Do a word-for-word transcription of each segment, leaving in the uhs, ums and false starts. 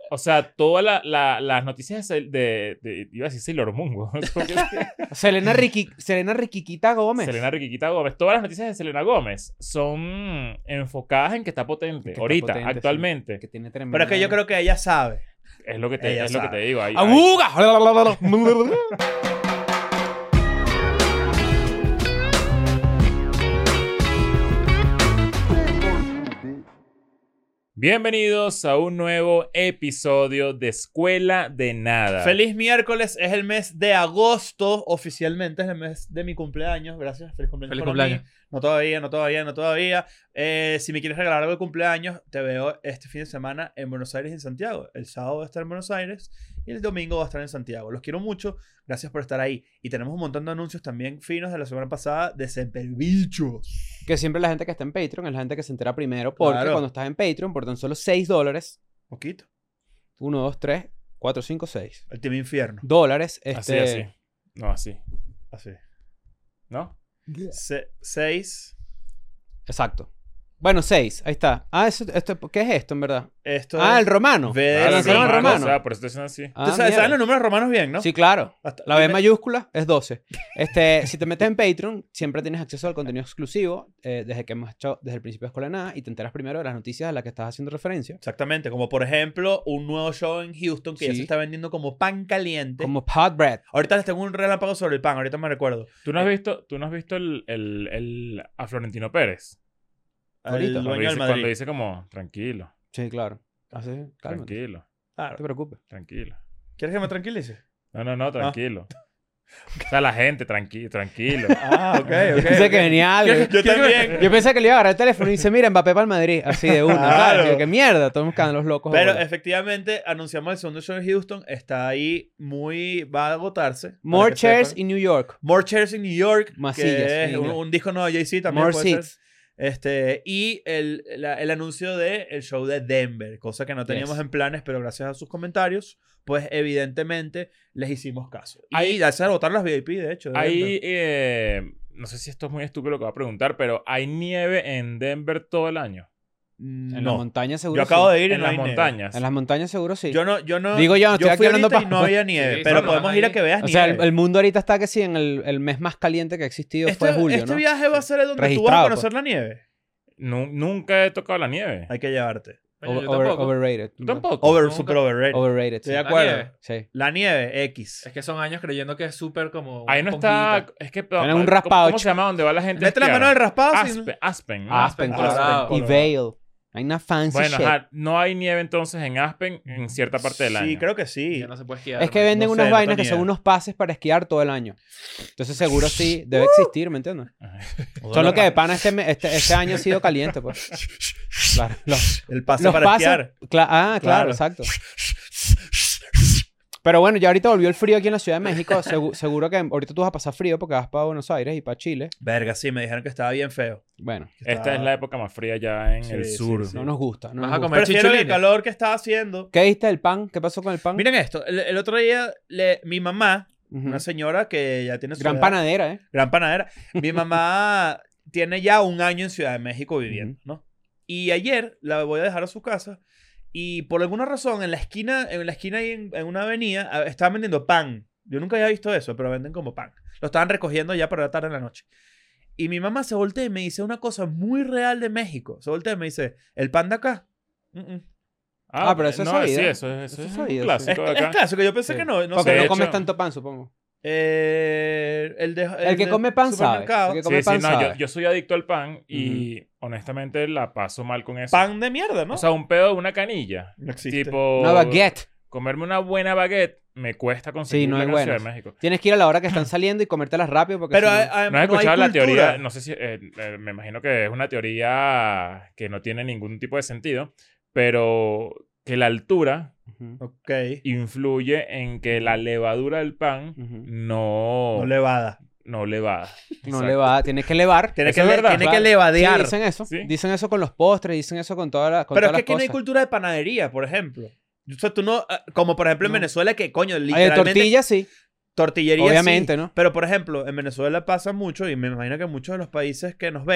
O sea, todas la, la, las noticias de, de, de... Iba a decir Sailor Moon, güey. Selena, Riqui, Selena Riquiquita Gómez. Selena Riquiquita Gómez. Todas las noticias de Selena Gómez son enfocadas en que está potente. Que ahorita, está potente, actualmente. Sí, que tiene tremenda... Pero es que yo creo que ella sabe. Es lo que te, Ella es lo que te sabe. digo. Hay, hay- ¡Abuga! Bienvenidos a un nuevo episodio de Escuela de Nada. Feliz miércoles, es el mes de agosto, oficialmente es el mes de mi cumpleaños. Gracias, feliz cumpleaños. Feliz para cumpleaños. mí. No todavía, no todavía, no todavía. Eh, si me quieres regalar algo de cumpleaños, te veo este fin de semana en Buenos Aires y en Santiago. El sábado voy a estar en Buenos Aires y el domingo voy a estar en Santiago. Los quiero mucho, gracias por estar ahí. Y tenemos un montón de anuncios también finos de la semana pasada de Semperbichos. Que siempre la gente que está en Patreon es la gente que se entera primero. Porque Claro. cuando estás en Patreon, por tan solo seis dólares, Poquito. uno, dos, tres, cuatro, cinco, seis El Team Infierno. dólares, Así, este... así. No, así. Así. ¿No? Se- seis. Exacto. Bueno, seis, ahí está. Ah, eso, esto, ¿qué es esto en verdad? Esto Ah, es- el romano. Ve- Claro, lanzaron el el romano, romano. O sea, por eso te dicen así. Ah, Tú sabes, mierda. saben los números romanos bien, ¿no? Sí, claro. Hasta- La B dime- mayúscula es doce. Este, si te metes en Patreon, siempre tienes acceso al contenido exclusivo eh, desde que hemos hecho desde el principio de Escuela de Nada y te enteras primero de las noticias a las que estás haciendo referencia. Exactamente, como por ejemplo un nuevo show en Houston que ya Sí. se está vendiendo como pan caliente. Como Pod Bread. Ahorita les tengo un relámpago sobre el pan, ahorita me recuerdo. ¿Tú no has visto, tú no has visto el, el, el- a Florentino Pérez? El Ahorita, Cuando dueño dice, del cuando Madrid. dice como, tranquilo, Sí, claro. Así, cálmate. tranquilo, No Claro. te preocupes. tranquilo. ¿Quieres que me tranquilice? No, no, no, tranquilo. O sea, la gente, tranqui tranquilo. Ah, ok, ok. Pensé ok. que venía algo. Yo también. Yo pensé que le iba a agarrar el teléfono y dice, mira, Mbappé para el Madrid. Así de una. Claro. ¿Sabes? Que mierda, estamos buscando los locos. Pero ahora. efectivamente anunciamos el segundo show en Houston. Está ahí muy... Va a agotarse. para More que chairs sepan. in New York. More Chairs in New York. Más que sillas, es en un, inglés. un disco nuevo de Jay-Z también. More puede ser. seats. Este, y el, la- el anuncio del el show de Denver, cosa que no teníamos Yes. en planes, pero gracias a sus comentarios, pues evidentemente les hicimos caso. Y Hay- gracias a votar las V I P, de hecho. de Hay, Denver. eh, no sé si esto es muy estúpido lo que voy a preguntar, pero ¿hay nieve en Denver todo el año? En las No. montañas seguro Yo acabo sí. de ir y En no las hay nieve. montañas. En las montañas seguro sí. Yo no, yo no. Digo yo, no estoy aquí fui hablando ahorita y pa- no había nieve, Sí, pero bueno, podemos ir a que veas O sea, el, nieve. el mundo ahorita está que sí en el, el mes más caliente que ha existido este fue julio, este ¿no? viaje va a ser el donde tú vas a Registrado, conocer la nieve. Nu- nunca he tocado la nieve. Hay que llevarte. Coño, yo Over- tampoco. overrated. ¿Tú tampoco? Over, Nunca. super overrated. Overrated. Estoy Sí. de La acuerdo. nieve. Sí. La nieve, X. Es que son años creyendo que es súper como. Ahí no está... Es que... Tienen un ¿cómo- raspado, ¿Cómo se llama donde va la gente? a Mete la esquiar? mano en el raspado. sin- Aspen. Aspen, ¿no? Aspen, Aspen, Colorado. Colorado. Y Vail. Hay una fancy Bueno, shit. ajá, no hay nieve entonces en Aspen en cierta parte del año. Sí, creo que sí. Ya no se puede esquiar. Es que venden No sé, unas no vainas que tenía. son unos pases para esquiar todo el año. Entonces seguro sí debe existir, ¿me entiendes? Ajá. Solo que de pana este, me- este, este año ha sido caliente, pues. Claro. Los, El pase los para pases... esquiar. cla- ah, claro, Claro. exacto. Pero bueno, ya ahorita volvió el frío aquí en la Ciudad de México. Segu- seguro que ahorita tú vas a pasar frío porque vas para Buenos Aires y para Chile. Verga, sí, me dijeron que estaba bien feo. Bueno, Que Esta estaba- es la época más fría ya en Sí, el sí, sur. sí. no nos gusta. No nos Vas a gusta. comer Prefiero el chichulines. calor que estaba haciendo. ¿Qué viste del pan? ¿Qué pasó con el pan? Miren esto. El, el otro día, le- mi mamá, Ujú. una señora que ya tiene su Gran edad- panadera, ¿eh? gran panadera. Mi mamá tiene ya un año en Ciudad de México viviendo, ¿no? Y ayer la voy a dejar a su casa y por alguna razón en la esquina, en la esquina ahí en, en una avenida, a- estaban vendiendo pan. Yo nunca había visto eso, pero venden como pan. Lo estaban recogiendo ya para la tarde en la noche. Y mi mamá se voltea y me dice una cosa muy real de México. Se voltea y me dice, ¿el pan de acá? Mm, mm. Ah, pero eso es no, sabido. sí, eso es, eso Eso es es un sabido, clásico Es, de es acá. clásico, yo pensé Sí. que no. no Porque sé. de no comes hecho- tanto pan, supongo. Eh, el, de, El que de come pan sabe. supermercado. El que come Sí, sí, pan no, yo, sabe. yo soy adicto al pan y honestamente la paso mal con eso. Pan de mierda, ¿no? O sea, un pedo de una canilla. no existe. Tipo... Una baguette. Comerme una buena baguette me cuesta conseguir Sí, no hay en la Ciudad de buenas. México. Tienes que ir a la hora que están saliendo y comértelas rápido porque Pero si no- eh, eh, No has no hay escuchado la cultura. teoría, no sé si, eh, eh, me imagino que es una teoría que no tiene ningún tipo de sentido, pero que la altura Ujú, Ok. influye en que la levadura del pan ujú. no, No levada. no levada. No Exacto. le va, tienes que elevar. Tiene, Eso que, es le- verdad, tiene claro. que levadear. Sí, dicen eso. Sí. Dicen eso con los postres, dicen eso con todas las con Pero es todas que aquí las no hay cosas. cultura de panadería, por ejemplo. O sea, tú no... ah, Como por ejemplo en No. Venezuela que, coño, Hay de literalmente... tortillas, sí. Tortillería Obviamente, sí. ¿no? Pero por ejemplo, en Venezuela pasa mucho y me imagino que muchos de los países que nos ven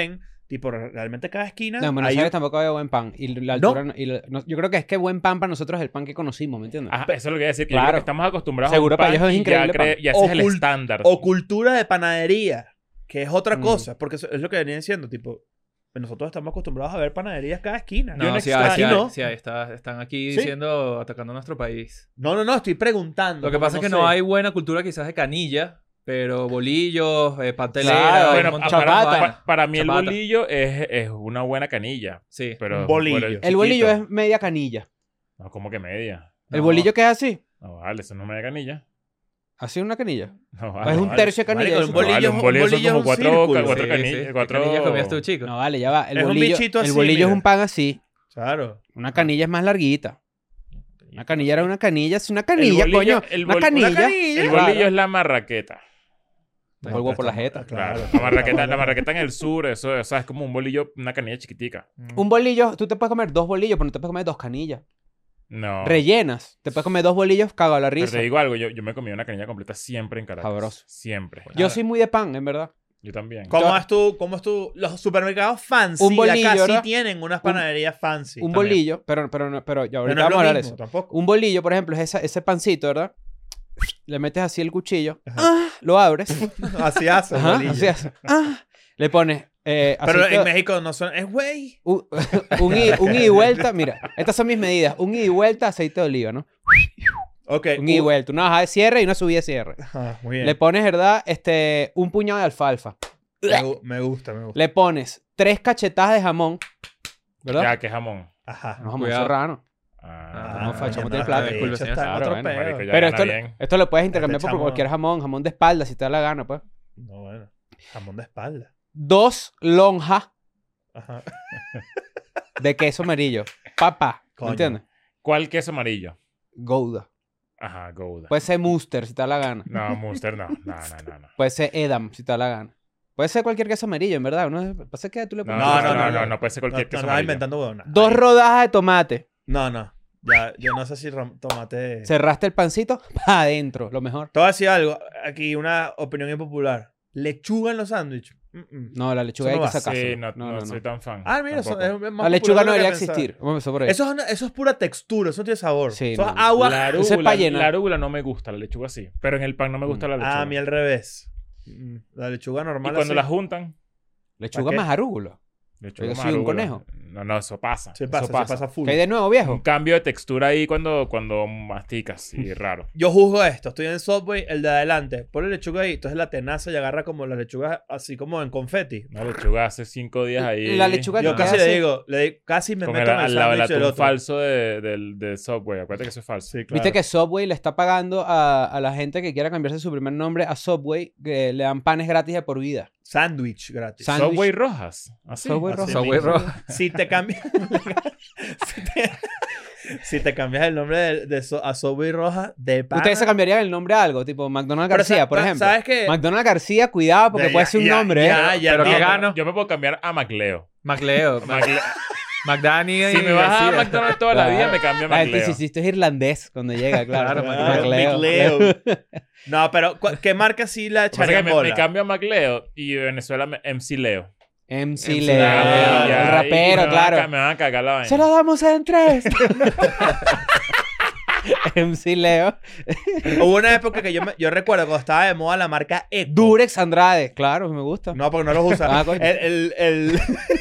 Tipo, realmente cada esquina... No, en Buenos hay Aires un- tampoco había buen pan. Y la No. altura... no- y la- no- yo creo que es que buen pan para nosotros es el pan que conocimos, ¿me entiendes? Ajá, eso es lo que quería decir. Que yo Claro. creo que estamos acostumbrados Seguro a un para pan ellos es y increíble ya cree- pan. y ese es el Ocult- estándar. O cultura de panadería, que es otra Mm. cosa. Porque eso es lo que venían diciendo, tipo... Nosotros estamos acostumbrados a ver panaderías cada esquina. No, Yo no sí hay, sí extraño- hay, ¿no? sí hay, está- están aquí ¿Sí? diciendo, atacando a nuestro país. No, no, no, estoy preguntando. Lo que porque pasa es que sé. no hay buena cultura quizás de canilla, pero bolillos, eh, pastelera, Claro, hay Bueno, un montón de chapata. vainas. pa- para mí el Chapata. bolillo es, es una buena canilla. Sí. Pero Un bolillo. por El bolillo chiquito. es media canilla. No, como que media. El No. bolillo que es así. No, vale, eso no es media canilla. ¿Así una canilla? No, O vale, es un vale. tercio de canilla. Marico, eso. un No, vale, bolillo- un bolillo un son bolillo como es un cuatro, círculo. cuatro Sí, canillas. sí. ¿Qué Cuatro... canillas comías tú, chico? No, vale, ya va. El Es un bolillo, bichito el así, bolillo es mira. un pan así. Claro. Una canilla es más larguita. Una canilla era una canilla. Es una El canilla, bolillo- coño. el una bol- canilla. una canilla. El Claro. bolillo es la marraqueta. Te vuelvo por la jeta. Claro. La marraqueta, la marraqueta en el sur, eso, o sea, es como un bolillo, una canilla chiquitica. Un bolillo, tú te puedes comer dos bolillos, pero no te puedes comer dos canillas. No. Rellenas. Te puedes comer dos bolillos, cago a la Pero risa. te digo algo, yo, yo me comí una canilla completa siempre en Caracas. Sabroso. Siempre. Yo soy muy de pan, en verdad. Yo también. ¿Cómo Yo- es tú? ¿Cómo es tú? Los supermercados fancy Un bolillo, acá sí ¿verdad? tienen unas panaderías fancy. un también. bolillo, pero, pero, no- pero ya Pero ahorita no es vamos a lo hablar de mismo, eso. tampoco. Un bolillo, por ejemplo, es esa- ese pancito, ¿verdad? Le metes así el cuchillo. Ajá. Ah, lo abres. Así hace, Ajá, bolillo. así hace. Ah, le pones. Eh, Pero aceite- en México no son... Es güey. un, un, ida- un ida y vuelta. Mira, estas son mis medidas. Un ida y vuelta, aceite de oliva, ¿no? Ok. Un ida y uh, vuelta. Una bajada de cierre y una subida de cierre. Ajá, muy bien. Le pones, ¿verdad? Este, un puñado de alfalfa. Me, gu- me gusta, me gusta. Le pones tres cachetadas de jamón. ¿Verdad? Ya, que jamón. Ajá. No, jamón Cuidado. serrano. Ah, no, facha, coño, no tiene no, plata. de Disculpe, hecho, señor. está en Claro, otro bueno, pedo. marico, ya. Pero gana esto, bien. esto lo puedes intercambiar Este por chamo- cualquier jamón. Jamón de espalda, si te da la gana, pues. No, bueno. Jamón de espalda. Dos lonjas Ajá. de queso amarillo. Papá. ¿Me Coño. entiendes? ¿Cuál queso amarillo? Gouda. Ajá, Gouda. Puede ser Munster, si te da la gana. No, Munster no. No, no, no. no. Puede ser Edam, si te da la gana. Puede ser cualquier queso amarillo, en verdad. Uno, pasa que tú le No, pones... no, No, no, no, no, no. no, puede ser No, cualquier no, queso no, amarillo. inventando huevonas. Dos Ay. rodajas de tomate. No, no. Ya, yo no sé si rom- tomate... Cerraste el pancito, pa' adentro, lo mejor. Te voy a decir algo. Aquí una opinión impopular. Lechuga en los sándwiches. Mm, mm. No, la lechuga Eso hay no que va. sacársela. Sí, no, no, soy tan fan. Ah, mira, eso tampoco. es más La lechuga popular no de lo debería que pensaba. existir. Vamos a empezar por ahí. Eso es, una- eso es pura textura, eso no tiene sabor. Sí, eso no, es no. agua. La Ese es arúgula, pa' llenar. la arúgula no me gusta, la lechuga sí. Pero en el pan no me gusta la lechuga. Ah, a mí al revés. Mm, La lechuga Y normal. cuando así. la juntan, Lechuga ¿Para qué? más arúgula. lechuga Yo más soy un arúgula. conejo. No, no, eso pasa. Se pasa, eso se pasa full. ¿Qué hay de nuevo, Un viejo? cambio de textura ahí cuando, cuando masticas, y raro. Yo juzgo esto. Estoy en Subway, el de adelante. Ponle lechuga ahí. Entonces la tenaza y agarra como la lechuga así como en confeti. Una lechuga hace cinco días ahí. La lechuga Yo ¿qué casi hace? le digo, le di- casi me con meto el, en el al lado del sándwich del atún otro. falso de, del, del Subway. Acuérdate que eso es falso. Sí, claro. Viste que Subway le está pagando a, a la gente que quiera cambiarse su primer nombre a Subway, que le dan panes gratis de por vida. Sándwich gratis. Sándwich. Subway rojas. Así. Subway Así rojas. Subway mismo. roja. Si te cambias... si, te... si te cambias el nombre de, de so- a Subway Roja, de pana... Ustedes se cambiarían el nombre a algo, tipo McDonald's Pero García, sa- por sa- ejemplo. ¿Sabes qué? McDonald's García, cuidado, porque Ya, puede ya, ser un ya, nombre, ya, ¿eh? ya, Pero no, que no, gano. Yo me puedo cambiar a MacLeo. MacLeo. Macle- McDani si me vas a García. McDonald's toda la vida, Claro. me cambio a La gente MacLeo. dice, si esto es irlandés cuando llega, claro. Claro, Ah, McLeo. McLeo. No, pero ¿cu- ¿qué marca sí la Lo que pasa es echaría que en me, me bola? cambio a MacLeo y en Venezuela me- M C Leo. M C M C Leo, Leo, el ya, rapero, y me van a ca- claro. Me van a cagar la vaina. Se lo damos en tres. M C Leo. Hubo una época que yo, me- yo recuerdo cuando estaba de moda la marca Eco. Durex Andrade, claro, me gusta. No, porque no los usa. Ah, coño. el, el,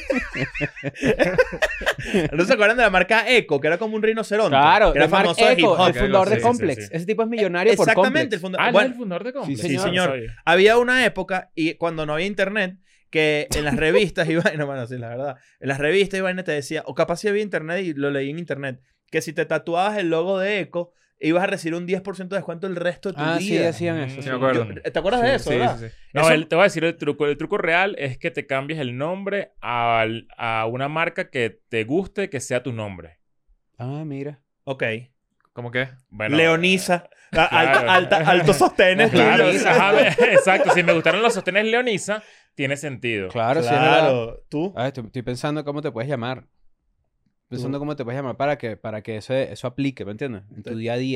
el- ¿No se acuerdan de la marca Eco? Que era como un rinoceronte. Claro, que era de Mark famoso de hip Eco, hop. el fundador Sí, de sí, Complex. sí, sí. Ese tipo es millonario por Exactamente, Complex. el fundador. Ah, ¿no es bueno, el fundador de Complex? Sí, sí, señor. señor. No sabía. Había una época, y cuando no había internet, que en las revistas y vaina, bueno, sí, la verdad, en las revistas y vaina te decía, o capaz si había internet y lo leí en internet, que si te tatuabas el logo de Eco, ibas a recibir un diez por ciento de descuento el resto de tu Ah, sí, vida. decían eso. Mm, Sí, me acuerdo. Yo- ¿Te acuerdas de eso, Sí, verdad? sí, sí. No, Eso- el- te voy a decir el truco. El truco real es que te cambies el nombre al- a una marca que te guste, que sea tu nombre. Ah, mira. Ok. ¿Cómo qué? Bueno, Leonisa. A- claro. alta- alta- altos sostenes. Claro, tuyos. ajá, exacto. Si me gustaron los sostenes Leonisa, tiene sentido. Claro, sí, es verdad. Claro. ¿Tú? Ah, estoy, estoy pensando cómo te puedes llamar. Pensando Tú- cómo te puedes llamar para que, para que eso, eso aplique, ¿me entiendes? En tu día a día.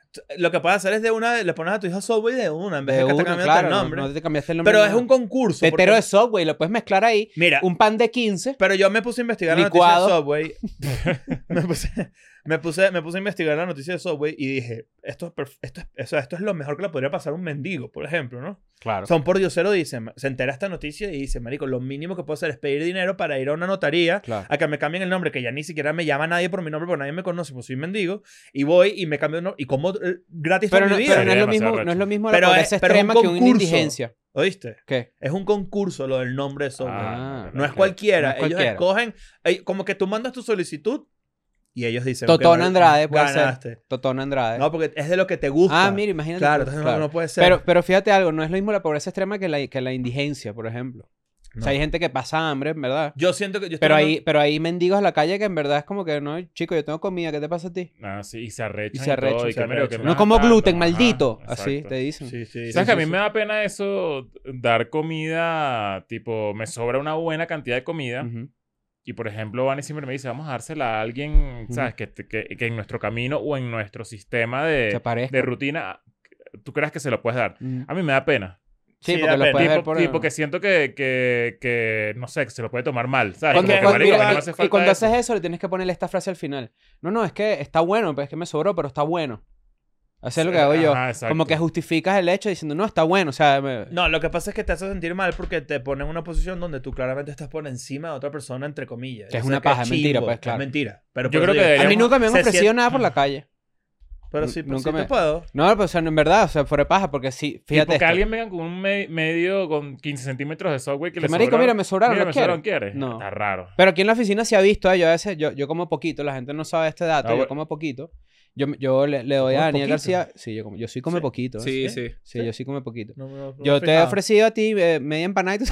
Lo que puedes hacer es de una, le pones a tu hijo Subway de una, en vez de, De que te uno, cambies claro, el no- nombre. No, te cambiaste el nombre. Pero ni es nada. un concurso. porque- Tetero de Subway, lo puedes mezclar ahí. Mira, Un pan de quince. pero yo me puse a investigar Licuado. la noticia de Subway. me, puse, me, puse, me puse a investigar la noticia de Subway y dije, esto es, perf- esto, es, o sea, esto es lo mejor que le podría pasar a un mendigo, por ejemplo, ¿no? Claro. O sea, un pordiosero dice, se entera esta noticia y dice, marico, lo mínimo que puedo hacer es pedir dinero para ir a una notaría Claro. a que me cambien el nombre, que ya ni siquiera me llama nadie por mi nombre, porque nadie me conoce, pues soy mendigo, y voy y me cambio el nombre, y como eh, gratis Pero, toda no, mi vida. pero no, es lo Sería mismo, demasiado no es lo mismo Pero la es- pobreza pero es un extrema que una concurso. indigencia. ¿Oíste? ¿Qué? Es un concurso lo del nombre de Subway. Ah, no es ok. cualquiera. No es Ellos cualquiera. escogen, eh, como que tú mandas tu solicitud y ellos dicen, Totón ok, Andrade puede ser. ganaste. Totón Andrade. No, porque es de lo que te gusta. Ah, mira, imagínate. Claro, tú, entonces claro. No, no puede ser. Pero, pero fíjate algo, no es lo mismo la pobreza extrema que la, que la indigencia, por ejemplo. O sea, hay gente que pasa hambre, en verdad. yo siento que yo estoy Pero hablando- hay, pero hay mendigos en la calle que en verdad es como que, no, chico, yo tengo comida, ¿qué te pasa a ti? Ah, sí, y se arrechan Y se y todo, arrechan, y se que, mira, arrechan. que me No vas como dando. gluten, Ajá, maldito. Así exacto. te dicen. Sí, sí. ¿Sabes sí, que a mí sí, me sí. da pena eso, dar comida, tipo, me sobra una buena cantidad de comida Ujú. y, por ejemplo, Vani siempre me dice, vamos a dársela a alguien, ¿sabes? Que, que, que en nuestro camino o en nuestro sistema Se de, parezca. de rutina, tú creas que se lo puedes dar. Ujú. A mí me da pena. Sí, Sí, porque da lo pena. puedes ver Tipo, por... tipo que siento que, que, que, no sé, que se lo puede tomar mal, ¿sabes? Cuando- Como que, cuando- marico, mira, a mí y- no hace y falta cuando eso. haces eso, le tienes que ponerle esta frase al final. No, no, es que está bueno, pues es que me sobró, pero está bueno. Así es lo que hago yo. Ajá, exacto. Como que justificas el hecho diciendo, no, está bueno. O sea, me- No, lo que pasa es que te hace sentir mal porque te pone en una posición donde tú claramente estás por encima de otra persona, entre comillas. Que es O sea, una paja, es mentira, chimbo, pues, que claro. Es mentira. Pero Yo por creo eso que digo, a deberíamos- mí nunca me han se ofrecido siente- nada por la calle. Pero sí, pues, Nunca sí me- te puedo. No, pues, o sea, en verdad, o sea, fuera de paja, porque sí, fíjate Tipo que esto. alguien venga con un me- medio, con quince centímetros de software que Que, le marico, sobraron. mira, me sobraron, Mira, ¿no me quieres? sobraron, ¿quieres? No. Está raro. Pero aquí en la oficina se ha visto, ¿eh? Yo a veces, yo, yo como poquito, la gente no sabe este dato, Ah, yo bueno. como poquito. Yo, yo le, le doy a ¿Comes Daniel poquito? García. Sí, yo, como, yo sí come Sí. poquito. ¿eh? Sí, ¿Sí? sí. Sí, yo sí come poquito. No, no, no me Yo he te he fijado. ofrecido a ti eh, media empanada y tú,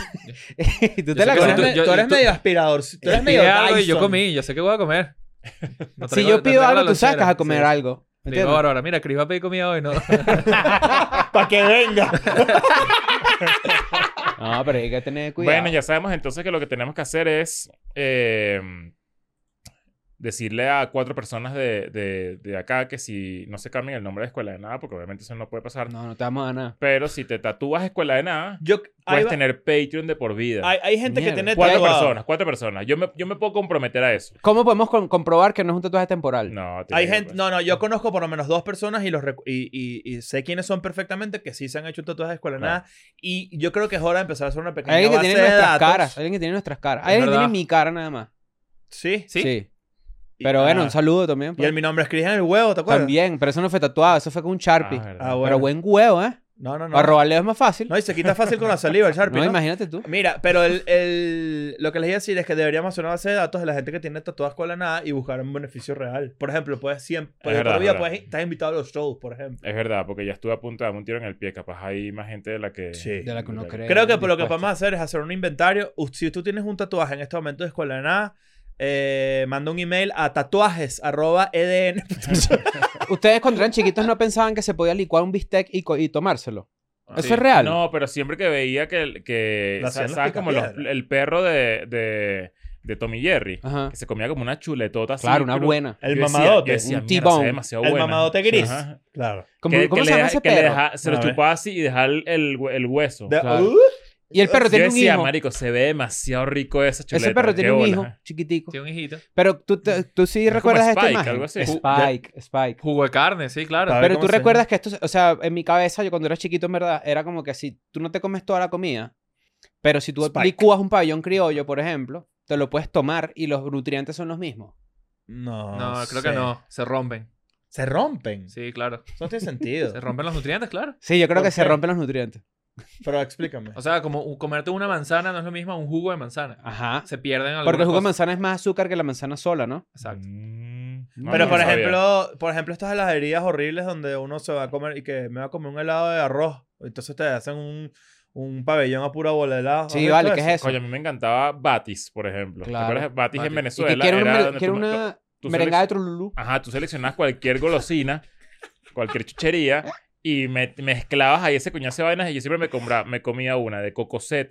y tú Yo te sé la que Tú tú- eres, comes. me- yo- tú eres tú- medio aspirador. Tú eres medio Pide algo y yo Dyson. comí, yo sé que voy a comer. No Si traigo- yo no pido traigo la algo, tú sabes que vas a lonchera. comer Sí. algo. Le digo, ¿Entiendes? Bárbara, mira, Cris va a pedir comida hoy, ¿no? Para que venga. No, pero hay que tener cuidado. Bueno, ya sabemos entonces que lo que tenemos que hacer es eh, decirle a cuatro personas de, de, de acá que si no se cambien el nombre de escuela de nada, porque obviamente eso no puede pasar. No, no te vamos a dar nada. Pero si te tatúas escuela de nada, Yo, ahí puedes va- tener Patreon de por vida. hay, hay gente Mierda. que tiene cuatro tatuado. personas, cuatro personas. Yo me, yo me puedo comprometer a eso. ¿Cómo podemos con- comprobar que no es un tatuaje temporal? No, te Hay digo, gente, pues. no, no, yo conozco por lo menos dos personas y los recu- y, y, y sé quiénes son perfectamente que sí se han hecho un tatuaje de escuela de Claro. nada y yo creo que es hora de empezar a hacer una pequeña Hay alguien que base tiene de nuestras datos. caras. Alguien que tiene nuestras caras. Es Hay alguien que verdad. tiene mi cara nada más. Sí. ¿Sí? Y- Pero bueno, ah. un saludo también. Y pues. el mi nombre es Cris en el huevo, ¿te acuerdas? También, pero eso no fue tatuado, eso fue con un Sharpie. Ah, verdad. Ah, bueno. Pero buen huevo, ¿eh? No, no, no. Para robarle es más fácil. No, y se quita fácil con la saliva el Sharpie, No, ¿no? imagínate tú. Mira, pero el, el, lo que les iba a decir es que deberíamos hacer una base de datos de la gente que tiene tatuadas con la nada y buscar un beneficio real. Por ejemplo, puedes siempre, por, Es verdad, por vida es verdad. puedes, estás invitado a los shows, por ejemplo. Es verdad, porque ya estuve a punto de darme un tiro en el pie. Capaz hay más gente de la que... Sí. De la que uno de la- cree. Creo que por lo que dispuesto. podemos hacer es hacer un inventario. U- Si tú tienes un tatuaje en este momento de escuela de nada, eh, manda un email a tatuajes arroba edn. Ustedes cuando eran chiquitos no pensaban que se podía licuar un bistec y, co- y tomárselo. ¿Eso Sí. es real? No, pero siempre que veía que... que Lo hacían ¿sabes? los ¿Sabes? Como los- picapiedra. el perro de, de, de Tommy Jerry. Ajá. Que se comía como una chuletota así. Claro, una pero- buena. El yo decía- mamadote. yo decía, Un "Mierda, T-bone. se ve demasiado El buena". mamadote gris. Ajá. Claro. ¿Cómo, Que- cómo que se le llama deja- ese que le perro? deja- se lo A ver. chupaba así y dejaba el, el, el hueso. De- Claro. Uh, Y el perro Yo tiene un decía, hijo. marico, se ve demasiado rico esa chuleta. Ese perro tiene qué un bola. hijo chiquitico. Sí, un hijito. Pero tú, te- tú sí Es como recuerdas esta Spike, imagen. algo así. Spike, Spike. Jugo de carne, sí, claro. A ver Pero cómo tú se recuerdas que esto, o sea, en mi cabeza, yo cuando era chiquito, en verdad, era como que si tú no te comes toda la comida, pero si tú Spike. licúas un pabellón criollo, por ejemplo, te lo puedes tomar y los nutrientes son los mismos. No, No, creo sé. que no. Se rompen. Se rompen. Sí, claro. Eso no tiene sentido. Se rompen los nutrientes, claro. Sí, yo creo ¿Por que qué? se rompen los nutrientes. Pero explícame. O sea, como un- comerte una manzana no es lo mismo a un jugo de manzana. Ajá. Se pierden algunas Porque el jugo de cosas. manzana es más azúcar que la manzana sola, ¿no? Exacto. Mm, no, Pero no por lo sabía. ejemplo, por ejemplo, estas heladerías horribles donde uno se va a comer y que me va a comer un helado de arroz. Entonces te hacen un, un pabellón a pura bola de helado. Sí, ¿Has visto vale, ¿qué es eso? Coño, a mí me encantaba Batis, por ejemplo. Claro. ¿Te acuerdas? Batis, Batis. en Y Venezuela. que quiere era una, donde quiere tú- una tú merengada de selec- trululú. Ajá, tú seleccionabas cualquier golosina, cualquier chuchería, y me, mezclabas ahí ese coñazo de vainas y yo siempre me, compra- me comía una de cocosete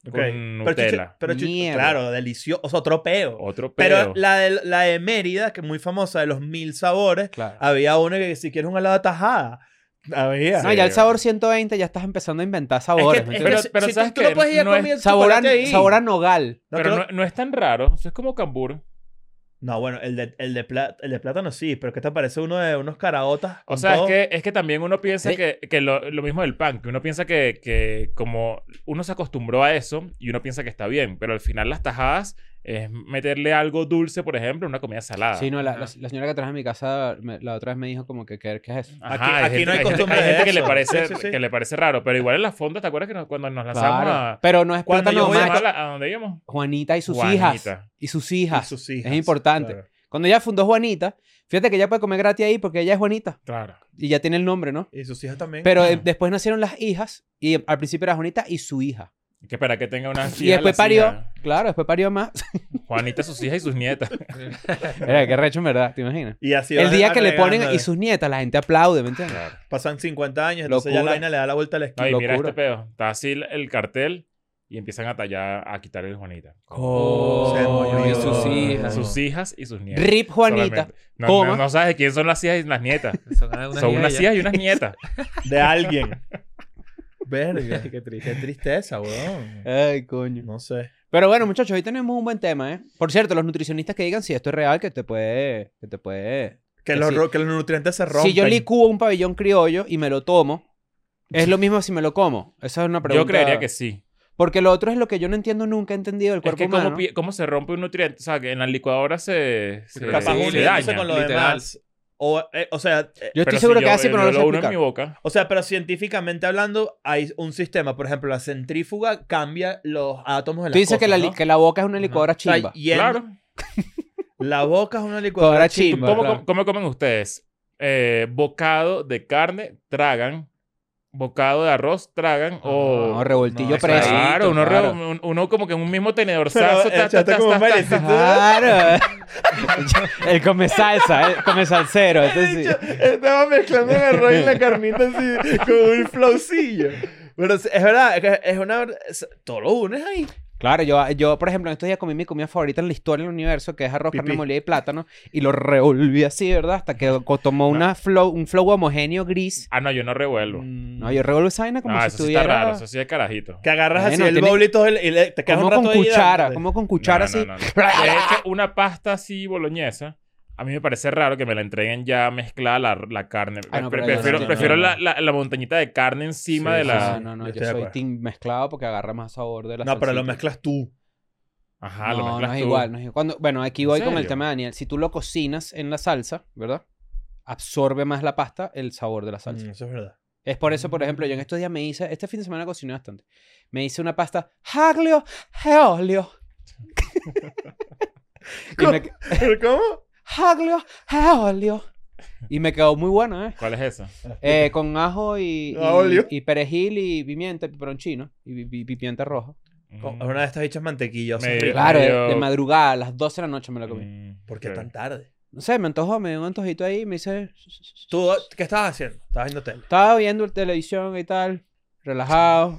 Ok. con Pero, chuchu- Nutella. pero chuchu- Mierda. claro, delicioso. O sea, otro peo. Otro Pero peo. la de, la de Mérida, que es muy famosa, de los mil sabores, Claro. había una que si quieres un helado de tajada. Había. No, ya el sabor ciento veinte ya estás empezando a inventar sabores. Es ¿me que, es entiendes? que Pero- si- pero si ¿sabes tú, tú no qué? puedes ir a No es comer sabor, a, chocolate ahí. sabor a nogal. No, Pero tú no, no- no es tan raro. Eso es como cambur. No, bueno, el de, el, de plá- el de plátano sí, pero ¿qué te parece uno de unos caraotas? O con sea, es todo? que, es que también uno piensa Sí. que, que lo, lo mismo del pan, que uno piensa que, que como uno se acostumbró a eso y uno piensa que está bien, pero al final las tajadas es meterle algo dulce, por ejemplo, a una comida salada. Sí, no, la, Ajá. la, la señora que traje en mi casa me- la otra vez me dijo como que, ¿qué, qué es eso? Ajá, Aquí- hay aquí gente- no hay gente- costumbre hay de gente que le eso. parece Sí, sí, sí. que le parece raro, pero igual en la fonda, ¿te acuerdas que nos- cuando nos lanzamos Claro. a, Pero no es Cuando plátano yo voy a macho. a, la- a donde íbamos? Juanita y sus Juanita. hijas. Y sus hijas. Y sus hijas, Es importante. claro. Cuando ella fundó Juanita, fíjate que ella puede comer gratis ahí porque ella es Juanita. Claro. Y ya tiene el nombre, ¿no? Y sus hijas también. Pero Ah. eh, después nacieron las hijas y al principio era Juanita y su hija. Hay que esperar que tenga unas Y después parió, hijas. claro, después parió más. Juanita, sus hijas y sus nietas. Era qué recho en verdad, ¿te imaginas? Y así El vas día que le ponen agregándole. y sus nietas, la gente aplaude, ¿me entiendes? Claro. Pasan cincuenta años, entonces ya Locura. la vaina le da la vuelta a la esquina. No, y mira Locura. este pedo. Está así el, el cartel y empiezan a tallar, a quitar el Juanita. Oh, Se murió. y sus hijas. Sus hijas y sus nietas. Rip Juanita. Solamente. No, Coma. no, no sabes de quién son las hijas y las nietas. Son unas son unas hijas hijas y unas nietas. De alguien. Verga, qué, tri- qué tristeza, weón. Ay, coño. No sé. Pero bueno, muchachos, hoy tenemos un buen tema, ¿eh? Por cierto, los nutricionistas que digan si esto es real, que te puede... Que te puede... Que, Que los, sí. ro- que los nutrientes se rompen. Si yo licúo un pabellón criollo y me lo tomo, ¿es lo mismo si me lo como? Esa es una pregunta. Yo creería que sí. Porque lo otro es lo que yo no entiendo, nunca he entendido del Es cuerpo que humano. cómo, pi- cómo se rompe un nutriente. O sea, que en la licuadora se, se, Pero Capaz Sí, se uniéndose daña. con lo literal. demás. O, eh, o sea, eh, Yo estoy Pero seguro si que yo- así, pero no yo lo sé lo uno en mi explicar. boca. o sea, pero científicamente hablando, hay un sistema. Por ejemplo, la centrífuga cambia los átomos de las Tú dices que, la, cosas, li- ¿no? que la boca es una licuadora O sea, chimba. yendo- Claro. La boca es una licuadora Licuadora chimba. chimba. ¿Cómo, claro. cómo- cómo comen ustedes? Eh, bocado de carne, tragan. Bocado de arroz, tragan. o... No, revoltillo no, preso. Claro, uno, re- claro. un- uno como que en un mismo tenedor Pero salsa. ta, ta, echaste ta, como ta, un ta, bailecito. ta. Claro. Él come salsa, él come salsero. De Entonces, hecho, estaba mezclando el arroz y la carnita así, con un flowcillo. Pero es es verdad, es, que es una... es- todo lo unes ahí. claro, yo, yo, por ejemplo, en estos días comí mi comida favorita en la historia del universo, que es arroz, carne Pipí. molida y plátano, y lo revolví así, ¿verdad? Hasta que co- tomó una flow, un flow homogéneo gris. Ah, no, yo no revuelvo. No, yo revuelvo esa vaina como No, si eso sí estuviera... está raro. Eso sí es carajito. Que agarras Bueno, así el tiene- bowl y todo el- y le- te quedas como un rato con ahí cuchara, dándote. como con cuchara No, no, así. no, no. De hecho, una pasta así boloñesa, a mí me parece raro que me la entreguen ya mezclada la, la carne. Ah, no, Pre- pero ya prefiero no, no, prefiero no, la, no. la- la montañita de carne encima Sí, de sí, la... No, no, no, Yo yo estoy de soy acuerdo. team mezclado porque agarra más sabor de la No, pero lo salsita. mezclas tú. Ajá, lo no, mezclas no es tú. igual, no es igual. Cuando, bueno, aquí ¿En voy con el serio? tema de Daniel. Si tú lo cocinas en la salsa, ¿verdad? Absorbe más la pasta el sabor de la salsa. Mm, eso es verdad. Es por eso, por ejemplo, yo en estos días me hice, este fin de semana cociné bastante. Me hice una pasta haglio eolio. y me, ¿Pero cómo? haglio eolio. Y me quedó muy buena, ¿eh? ¿Cuál es esa? Eh, con ajo y, y, Aolio. y perejil y pimienta, peperoncino y, pi- pi- pimienta roja. Con- Mm. Una de estas bichas mantequillosas. Me- ricas. Claro, de, medio- de madrugada, a las doce de la noche me la comí. Mm, ¿Por qué ok. tan tarde? No sé, me antojó, me dio un antojito ahí y me hice... ¿Tú qué estabas haciendo? Estabas viendo tele. Estaba viendo televisión y tal, relajado.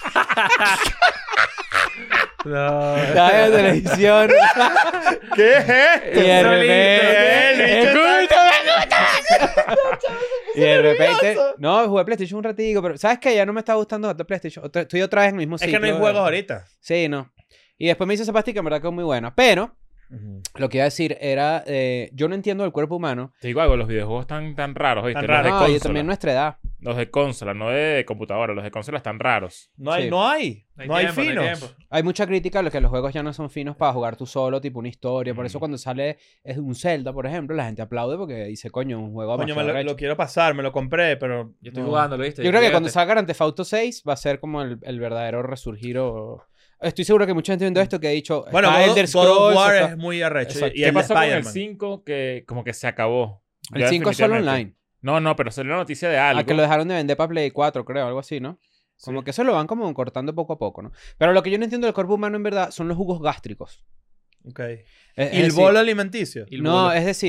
No. Estaba viendo televisión ¿Qué es esto? y de Solito, repente... el bicho está- Y de repente... No, jugué PlayStation un ratico, pero ¿sabes qué? Ya no me está gustando jugar PlayStation. Otra- Estoy otra vez en el mismo Es ciclo. que no hay juegos ahorita. Sí, no. Y después me hice esa pastica, en verdad que es muy buena. Pero, lo que iba a decir era... eh, yo no entiendo el cuerpo humano. Te digo algo, los videojuegos están tan raros, ¿viste? Tan Los de raros. No, y consola. también nuestra edad. Los de consola, no de computadora. Los de consola están raros. No hay, Sí. no hay. No hay No hay tiempo, no hay finos. tiempo. Hay mucha crítica a lo que los juegos ya no son finos para jugar tú solo, tipo una historia. Por eso Mm. cuando sale es un Zelda, por ejemplo, la gente aplaude porque dice, coño, un juego Coño, me demasiado lo, recho. lo quiero pasar, me lo compré, pero. Yo estoy no. jugando, ¿lo viste? Yo creo que cuando Fíjate. salga Grand Theft Auto seis va a ser como el, el verdadero resurgir o... Estoy seguro que mucha gente viendo esto que ha dicho... Bueno, está God, Elder God of Scrolls, War está- es muy arrecho. Exacto. Y ¿Qué el de pasó con el Spider-Man. cinco que como que se acabó? El Ya cinco es solo definitivamente. online. No, no, pero salió la noticia de algo. A que lo dejaron de vender para Play cuatro, creo, algo así, ¿no? Como Sí. que eso lo van como cortando poco a poco, ¿no? Pero lo que yo no entiendo del cuerpo humano en verdad son los jugos gástricos. Ok. Es- ¿Y es el decir, bolo alimenticio? Y el No, bolo. es decir,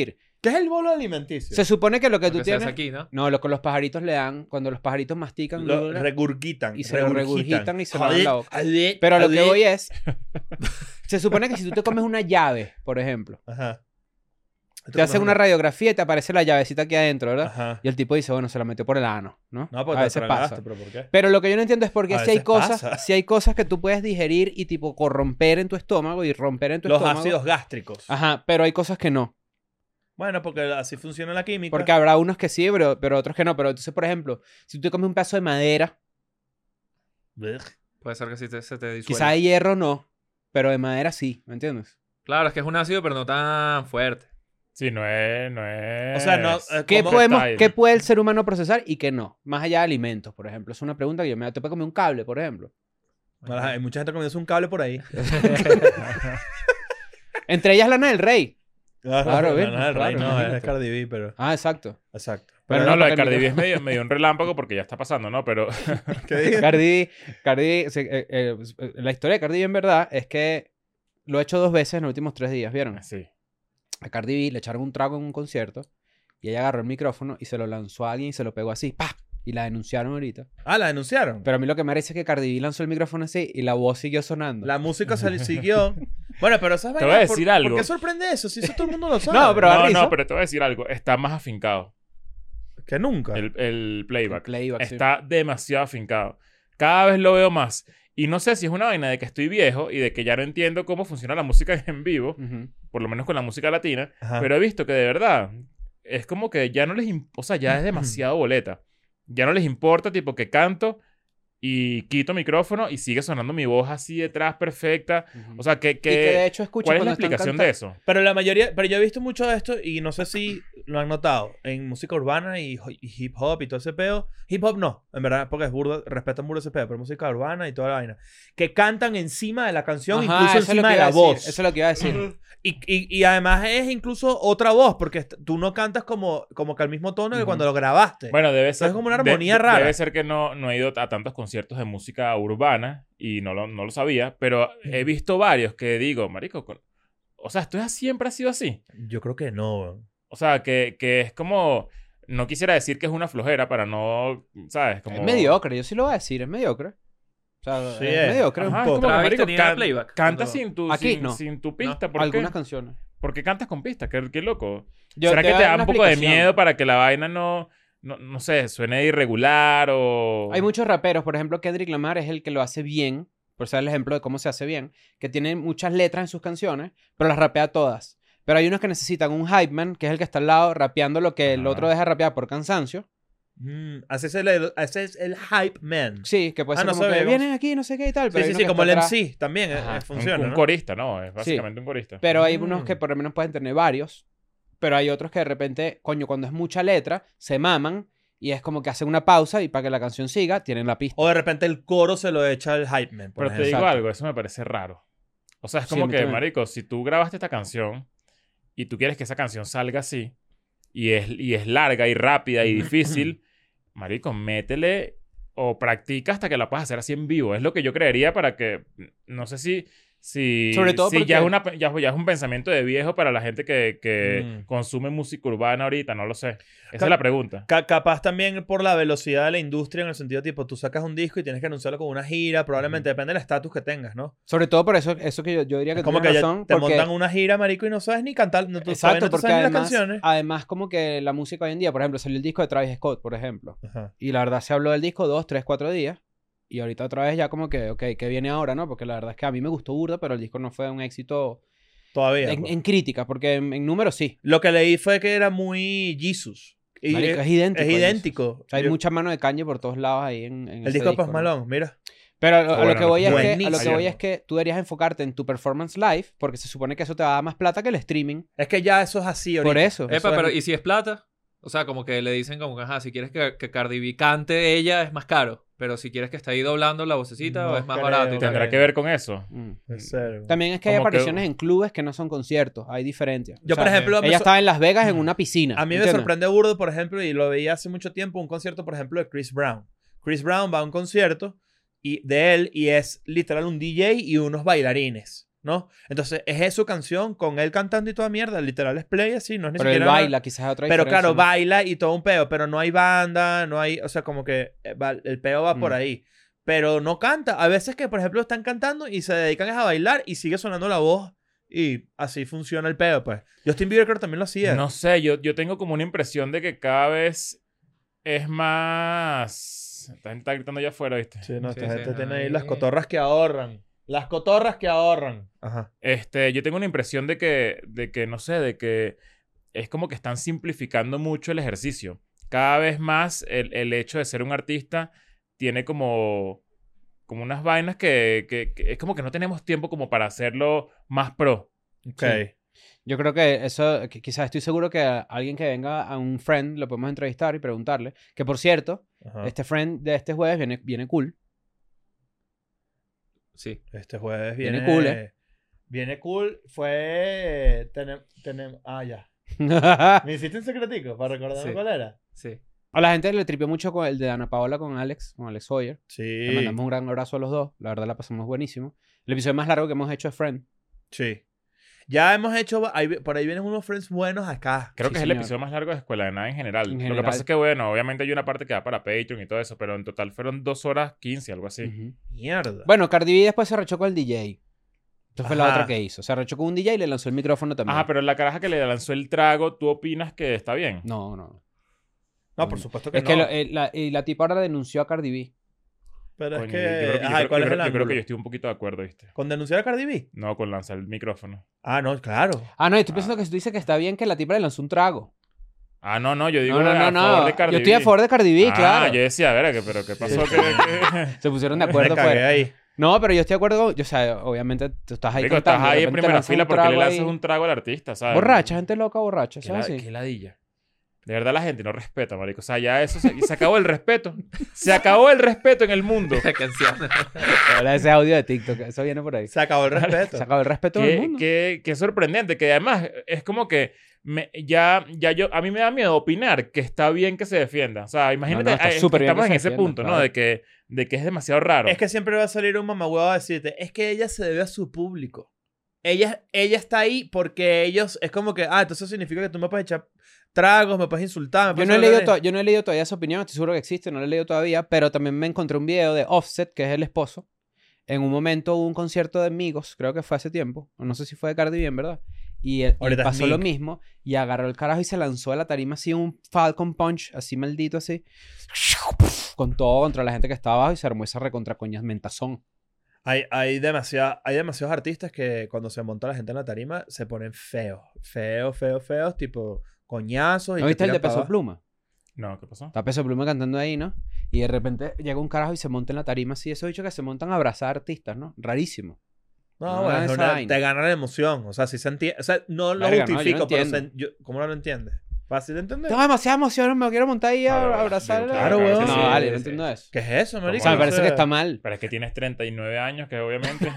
¿Qué es el bolo alimenticio? Se supone que lo que Lo tú que se hace tienes... aquí, ¿no? No, lo que los pajaritos le dan, cuando los pajaritos mastican... Lo bla, bla, regurgitan. y se lo regurgitan y se lo dan en la boca. Joder, Pero a lo que joder. voy es... Se supone que si tú te comes una llave, por ejemplo, Ajá. te hacen una radiografía y te aparece la llavecita aquí adentro, ¿verdad? Ajá. Y el tipo dice, bueno, se la metió por el ano, ¿no? No, porque a te veces tragaste, pasa. pero ¿por qué? Pero lo que yo no entiendo es por qué A si hay veces cosas, pasa. si hay cosas que tú puedes digerir y tipo corromper en tu estómago y romper en tu Los estómago. ácidos gástricos. Ajá, pero hay cosas que no. Bueno, porque así funciona la química. Porque habrá unos que sí, pero, pero otros que no. Pero entonces, por ejemplo, si tú te comes un pedazo de madera, Blech. Puede ser que sí te, se te disuelva. quizá de hierro no, pero de madera sí, ¿me entiendes? Claro, es que es un ácido, pero no tan fuerte. Sí, no es... No es... O sea, no, eh, ¿Qué, ¿Cómo podemos, style? ¿Qué puede el ser humano procesar y qué no? Más allá de alimentos, por ejemplo. Es una pregunta que yo me te puedo comer un cable, por ejemplo. No, hay mucha gente comiéndose un cable por ahí. Entre ellas Lana del Rey. Claro, ¿ves? no, no, el rey Claro, no, imagínate. es Cardi B, pero... Ah, exacto. Exacto. Pero Pero no, no, lo de porque Cardi mi- B es medio, medio un relámpago porque ya está pasando, ¿no? Pero... ¿Qué dices? Cardi B, Cardi B, se- eh, eh, eh, la historia de Cardi B en verdad es que lo he hecho dos veces en los últimos tres días, ¿vieron? Sí. A Cardi B le echaron un trago en un concierto y ella agarró el micrófono y se lo lanzó a alguien y se lo pegó así, ¡pah! Y la denunciaron ahorita. Ah, la denunciaron. Pero a mí lo que me parece es que Cardi B lanzó el micrófono así y la voz siguió sonando. La música se siguió. Bueno, pero ¿sabes? Te voy a decir algo. ¿Por qué sorprende eso? Si eso todo el mundo lo sabe. No, pero da No, risa. no, pero te voy a decir algo. Está más afincado. Que nunca. El, el playback. El playback, sí. Está demasiado afincado. Cada vez lo veo más. Y no sé si es una vaina de que estoy viejo y de que ya no entiendo cómo funciona la música en vivo, Ujú. por lo menos con la música latina, Ajá. pero he visto que de verdad es como que ya no les... im- O sea, ya es demasiado boleta. Ya no les importa, tipo, que canto y quito micrófono y sigue sonando mi voz así detrás perfecta. Ujú. O sea, que... Y que de hecho escucha ¿Cuál es la cuando están explicación cantando. de eso? Pero la mayoría, pero yo he visto mucho de esto y no sé si lo han notado en música urbana y, y hip hop y todo ese peo. Hip hop no, en verdad, porque es burda, respetan burda ese peo, pero música urbana y toda la vaina. Que cantan encima de la canción, Ajá, incluso eso es lo encima que de iba la a decir, voz. Eso es lo que iba a decir. Y, y, y además es incluso otra voz, porque est- tú no cantas como, como que al mismo tono que Ujú. cuando lo grabaste. Bueno, debe ser... Es como una de- armonía rara. Debe ser que no, no he ido a tantos conciertos de música urbana y no lo, no lo sabía, pero he visto varios que digo, marico, con- o sea, ¿esto es- siempre ha sido así? Yo creo que no. O sea, que, que es como... No quisiera decir que es una flojera para no... ¿Sabes? Como... Es mediocre, yo sí lo voy a decir, es mediocre. O sea, Sí es, es. mediocre. Ajá, un es poco. como que, Travis marico, tenía can- playback Canta cuando- sin tu, Aquí sin, no. sin tu pista. ¿Por Algunas qué? canciones. ¿Por qué cantas con pista? Qué, qué loco. Yo ¿Será que voy a te dar da una un poco de explicación. miedo para que la vaina no... No, no sé, suene irregular o... Hay muchos raperos, por ejemplo, Kendrick Lamar es el que lo hace bien, por ser el ejemplo de cómo se hace bien, que tiene muchas letras en sus canciones, pero las rapea todas. Pero hay unos que necesitan un hype man, que es el que está al lado rapeando lo que el Ajá. otro deja rapear por cansancio. Mm, ese, es el, ese es el hype man. Sí, que puede Ah, ser no como que sabemos. vienen aquí, no sé qué y tal. Pero Sí, hay sí, uno sí, que como el está M atrás. C también eh, Ajá. eh, funciona, un, un ¿no? corista, ¿no? Es básicamente un corista. Pero hay Mm. unos que por lo menos pueden tener varios. Pero hay otros que de repente, coño, cuando es mucha letra, se maman y es como que hacen una pausa y para que la canción siga, tienen la pista. O de repente el coro se lo echa el hype man. por Pero te ejemplo. digo Exacto. algo, eso me parece raro. O sea, es Sí, a como mí que, también. marico, si tú grabaste esta canción y tú quieres que esa canción salga así y es, y es larga y rápida y difícil, marico, métele o practica hasta que la puedas hacer así en vivo. Es lo que yo creería para que... No sé si... Si, Sobre todo si porque- ya, es una, ya, ya es un pensamiento de viejo para la gente que, que Mm. consume música urbana ahorita, no lo sé. Esa Ca- es la pregunta. Ca- capaz también por la velocidad de la industria en el sentido tipo, tú sacas un disco y tienes que anunciarlo con una gira, probablemente depende del estatus que tengas, ¿no? Sobre todo por eso, eso que yo, yo diría que Es como que tienes ya razón. te porque- montan una gira, marico, y no sabes ni cantar, no, tú todavía Exacto, no te porque sabes ni las además, canciones. además como que la música hoy en día, por ejemplo, salió el disco de Travis Scott, por ejemplo. Ajá. Y la verdad se habló del disco dos, tres, cuatro días. Y ahorita otra vez ya como que, ok, ¿qué viene ahora, no? Porque la verdad es que a mí me gustó burda, pero el disco no fue un éxito Todavía. en, pues. en crítica, porque en, en números sí. Lo que leí fue que era muy Jesus. Y Marico, es, es idéntico. es a idéntico. Jesus. O sea, hay Yo- mucha mano de Kanye por todos lados ahí en, en el ese disco de Post ¿no? Malone, mira. Pero a, lo- a Bueno, lo que voy es que, a lo que buenísimo. voy es que tú deberías enfocarte en tu performance live, porque se supone que eso te va a dar más plata que el streaming. Es que ya eso es así ahorita. Por eso. Epa, eso es- pero ¿y si es plata? O sea, como que le dicen como que, ajá, si quieres que, que Cardi B cante ella es más caro. Pero si quieres que esté ahí doblando la vocecita No es más creo. barato. y tal. ¿Tendrá que ver con eso? Mm. Es serio. También es que hay Como que- apariciones en clubes que no son conciertos. Hay diferencias. Yo, O sea, por ejemplo, me ella so- estaba en Las Vegas en una piscina. a mí me ¿entiendes? sorprende burdo, por ejemplo, y lo veía hace mucho tiempo, un concierto, por ejemplo, de Chris Brown. Chris Brown va a un concierto y, de él y es literal un D J y unos bailarines. ¿no? Entonces, es su canción con él cantando y toda mierda. Literal es play así, no es ni Pero él siquiera... baila, quizás es otra Pero diferencia, claro, ¿no? baila y todo un peo, pero no hay banda, no hay... O sea, como que eh, va- el peo va por Mm. ahí. Pero no canta. A veces que, por ejemplo, están cantando y se dedican a bailar y sigue sonando la voz. Y así funciona el peo, pues. Justin Bieber creo que también lo hacía. No sé, yo, yo tengo como una impresión de que cada vez es más... Esta gente está gritando allá afuera, ¿viste? Sí, no, Sí, esta sí, gente no, tiene ahí ahí- las cotorras que ahorran. Las cotorras que ahorran. Ajá. Este, yo tengo una impresión de que, de que, no sé, de que es como que están simplificando mucho el ejercicio. Cada vez más el, el hecho de ser un artista tiene como, como unas vainas que, que- que es como que no tenemos tiempo como para hacerlo más pro. Ok. Sí. Yo creo que eso, que quizás estoy seguro que a alguien que venga a un friend lo podemos entrevistar y preguntarle. Que por cierto, Ajá. este friend de este jueves viene, viene cool. Sí. Este jueves Viene viene... cool, ¿eh? Viene cool. Fue... Tenemos... Tenemos... Ah, ya. ¿Me hiciste un secretico para recordarme Sí. cuál era? Sí. A la gente le tripió mucho con el de Ana Paola con Alex, con Alex Sawyer. Sí. Le mandamos un gran abrazo a los dos. La verdad la pasamos buenísimo. El episodio más largo que hemos hecho es Friend. Sí. Ya hemos hecho... ahí- por ahí vienen unos friends buenos acá. Creo Sí, que es el señor. episodio más largo de Escuela de Nada en general. En Lo que general. pasa es que, bueno, obviamente hay una parte que va para Patreon y todo eso, pero en total fueron dos horas quince, algo así. Ujú. Mierda. Bueno, Cardi B después se arrechó con el D J. Esta fue la Ajá. otra que hizo. Se arrechó con un D J y le lanzó el micrófono también. Ajá, pero la caraja que le lanzó el trago, ¿tú opinas que está bien? No, no. no, por supuesto que Es no. que lo- eh, la, y la tipa ahora denunció a Cardi B. Pero Coño, es yo- que... yo creo que- yo Ajá, creo- ¿cuál yo es creo- el yo creo que ángulo? yo estoy un poquito de acuerdo, ¿viste? ¿Con denunciar a Cardi B? No, con lanzar el micrófono. Ah, no, claro. Ah, no, y estoy pensando que tú dices que está bien que la tipa le lanzó un trago. Ah, no, no, yo digo No, no, a no, favor no. de Cardi Yo estoy a B. favor de Cardi B, Ah, claro. yo decía, a ver, ¿qué- pero ¿qué pasó? Sí. ¿Qué- qué- Se pusieron de Me acuerdo cagué fuera. ahí. No, pero yo estoy de acuerdo. Yo, o sea, obviamente tú estás ahí Marico, cantando, estás de ahí en repente primera lanzas fila un porque le trago lanzas ahí. un trago al artista, ¿sabes? Borracha, gente loca borracha, Qué, ¿sabes? la- así? qué ladilla. De verdad la gente no respeta, marico. O sea, ya eso se, se acabó el respeto. Se acabó el respeto en el mundo. La canción. Ahora ese audio de TikTok, eso viene por ahí. Se acabó el respeto. Se acabó el respeto del Qué, mundo. qué- qué sorprendente. Que además es como que me- ya, ya yo... A mí me da miedo opinar que está bien que se defienda. O sea, imagínate, No, no, está eh, súper bien estamos que en se ese defienda, punto, ¿no? claro. De que, de que es demasiado raro. Es que siempre va a salir un mamagüevo a decirte, es que ella se debe a su público. Ella, ella está ahí porque ellos, es como que, ah, entonces significa que tú me puedes echar tragos, me puedes insultar, me Yo puedes no, he hablar leído de- to- yo no he leído todavía esa opinión, estoy seguro que existe, no la he leído todavía, pero también me encontré un video de Offset, que es el esposo. En un momento hubo un concierto de Migos, creo que fue hace tiempo, o no sé si fue de Cardi B, en verdad. Y, él- y Ahorita es pasó lo Mig. mismo, y agarró el carajo y se lanzó a la tarima así un Falcon Punch, así maldito así, con todo contra la gente que estaba abajo y se armó esa recontra coñas mentazón. Hay, hay, demasiada- hay demasiados artistas que cuando se monta la gente en la tarima se ponen feos. Feos, feos, feos, tipo coñazos. y ¿No te viste el tiran de pa' Peso abajo. Pluma? No, ¿qué pasó? Está Peso Pluma cantando ahí, ¿no? Y de repente llega un carajo y se monta en la tarima así. Esos bichos que se montan a abrazar artistas, ¿no? Rarísimo. No, No, bueno, esa es una- vaina. te gana la emoción. O sea, si se entiende. O sea, no lo Verga, no, yo no justifico, pero entiendo. se- yo- ¿cómo no lo entiendes? Fácil de entender. Tengo demasiada emoción, me quiero montar ahí a Claro, abrazar. claro, claro, No, sí, vale, sí, no sí. entiendo eso. ¿Qué es eso, marico? O sea, me no parece sé. que está mal. Pero es que tienes treinta y nueve años, que obviamente...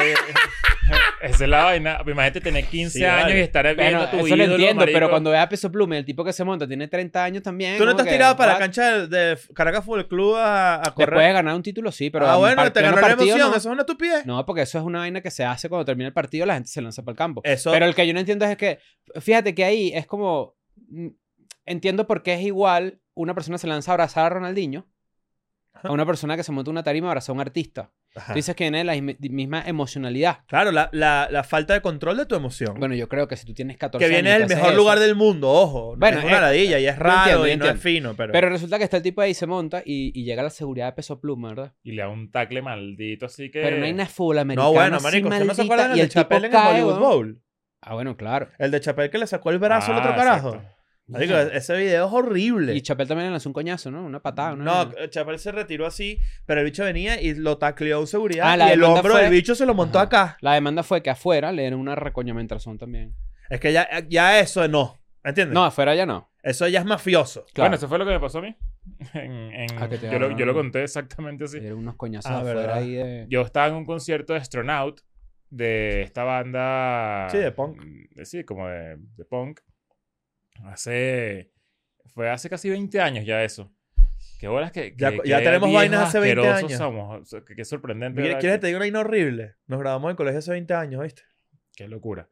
Esa es la vaina. Imagínate tener quince Sí, años vale. y estar viendo Bueno, a tu eso ídolo, lo entiendo, pero marico. cuando ve a Peso Pluma y el tipo que se monta tiene treinta años también. ¿Tú no te como has que, tirado para la what? cancha del- de, Caracas Fútbol Club a, a correr? Después de ganar un título, sí, pero. ah, en bueno, par- te pleno ganó la partido, emoción. no. Eso es una estupidez. No, porque eso es una vaina que se hace cuando termina el partido, la gente se lanza para el campo. Eso- Pero el que yo no entiendo es que, fíjate que ahí es como, mm, entiendo por qué es igual una persona se lanza a abrazar a Ronaldinho Ajá. a una persona que se monta en una tarima a abrazar a un artista. Ajá. Tú dices que tiene la im- misma emocionalidad. Claro, la, la, la falta de control de tu emoción. Bueno, yo creo que si tú tienes catorce que viene años y del te haces mejor eso- lugar del mundo, ojo. Bueno, es una eh, ladilla y es yo raro entiendo, yo y no es entiendo. fino, pero... Pero resulta que está el tipo ahí, se monta y, y llega la seguridad de Peso Pluma, ¿verdad? Y le da un tacle maldito, así que... Pero no hay una full americana no, bueno, así marico, ¿ustedes no se maldita, acuerdan y del de el tipo Chappelle en el cae, Hollywood weón. Bowl? Ah, bueno, claro. El de Chappelle que le sacó el brazo al Ah, otro carajo. exacto. Marico, ese video es horrible. Y Chapel también le lanzó un coñazo, ¿no? Una patada, ¿no? No, Chappelle se retiró así, pero el bicho venía y lo tacleó en seguridad Ah, la y el demanda hombro fue- del bicho se lo montó Ajá. acá. La demanda fue que afuera le dieron una recoñamentrazón también. Es que ya, ya eso no. ¿Entiendes? No, afuera ya no. Eso ya es mafioso. Claro. Bueno, eso fue lo que me pasó a mí. En- en- Ah, que te yo, lo, yo lo agarraron. conté exactamente así. Le dieron unos coñazos Ah, afuera ¿verdad? ahí de... Yo estaba en un concierto de Astronaut de esta banda... Sí, de punk. de- sí, como de, de punk. Hace... Fue hace casi veinte años ya eso. Qué bolas que... Ya- que- ya que tenemos viejos vainas hace veinte asquerosos años. somos. O sea, que- qué sorprendente. ¿Quieres ¿verdad? quieres que Que- te diga una vaina horrible? Nos graduamos en colegio hace veinte años, ¿viste? Qué locura.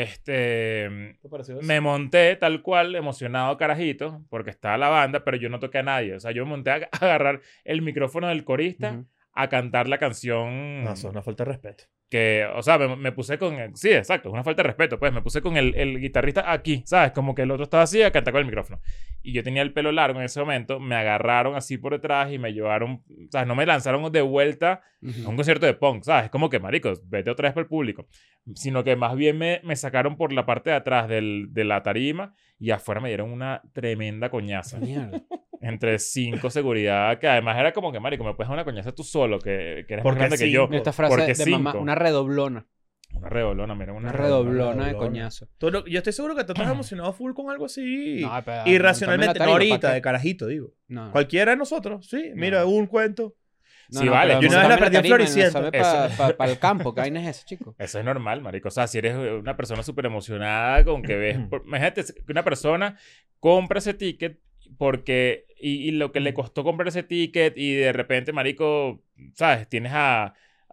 Este... ¿Te pareció eso? Me monté tal cual, emocionado carajito, porque estaba la banda, pero yo no toqué a nadie. O sea, yo me monté a a agarrar el micrófono del corista Ujú. a cantar la canción No, eso es una falta de respeto. que, o sea, me, me puse con... el- sí, exacto, es una falta de respeto, pues. Me puse con el, el guitarrista aquí, ¿sabes? Como que el otro estaba así a cantar con el micrófono. Y yo tenía el pelo largo en ese momento, me agarraron así por detrás y me llevaron... O sea, no me lanzaron de vuelta a un concierto de punk, ¿sabes? Como que, maricos, vete otra vez para el público. Sino que más bien me, me sacaron por la parte de atrás del, de la tarima y afuera me dieron una tremenda coñaza. Mierda. Entre cinco seguridad, que además era como que, marico, me puedes dar una coñaza tú solo, que, que eres más Porque grande que cinco. yo. Esta frase Porque de mamá, cinco. una redoblona. Una redoblona, mira, una, Una redoblona. redoblona de redoblona. coñazo. Tú no- yo estoy seguro que tú estás emocionado full con algo así. No, pero- Irracionalmente. montame No la tarima, ahorita, ¿pa' de qué? carajito, digo. No. Cualquiera de nosotros, sí. Mira, No. hubo un cuento. No, Sí, no, vale, pero yo una vez la montame perdí en tarima, Floricienta. lanzame pa- pa- el campo. ¿Qué vaina es eso, chico? Eso es normal, marico. O sea, si eres una persona súper emocionada con que ves... por- Imagínate que una persona compra ese ticket porque... Y, y lo que le costó comprar ese ticket y de repente, marico, ¿sabes? Tienes a...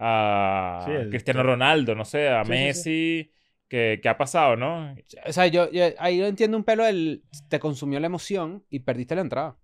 a Sí, el- Cristiano Ronaldo, no sé, a Sí, sí, sí. Messi... Que, que ha pasado, ¿no? O sea, yo, yo ahí yo entiendo un pelo el... Te consumió la emoción y perdiste la entrada.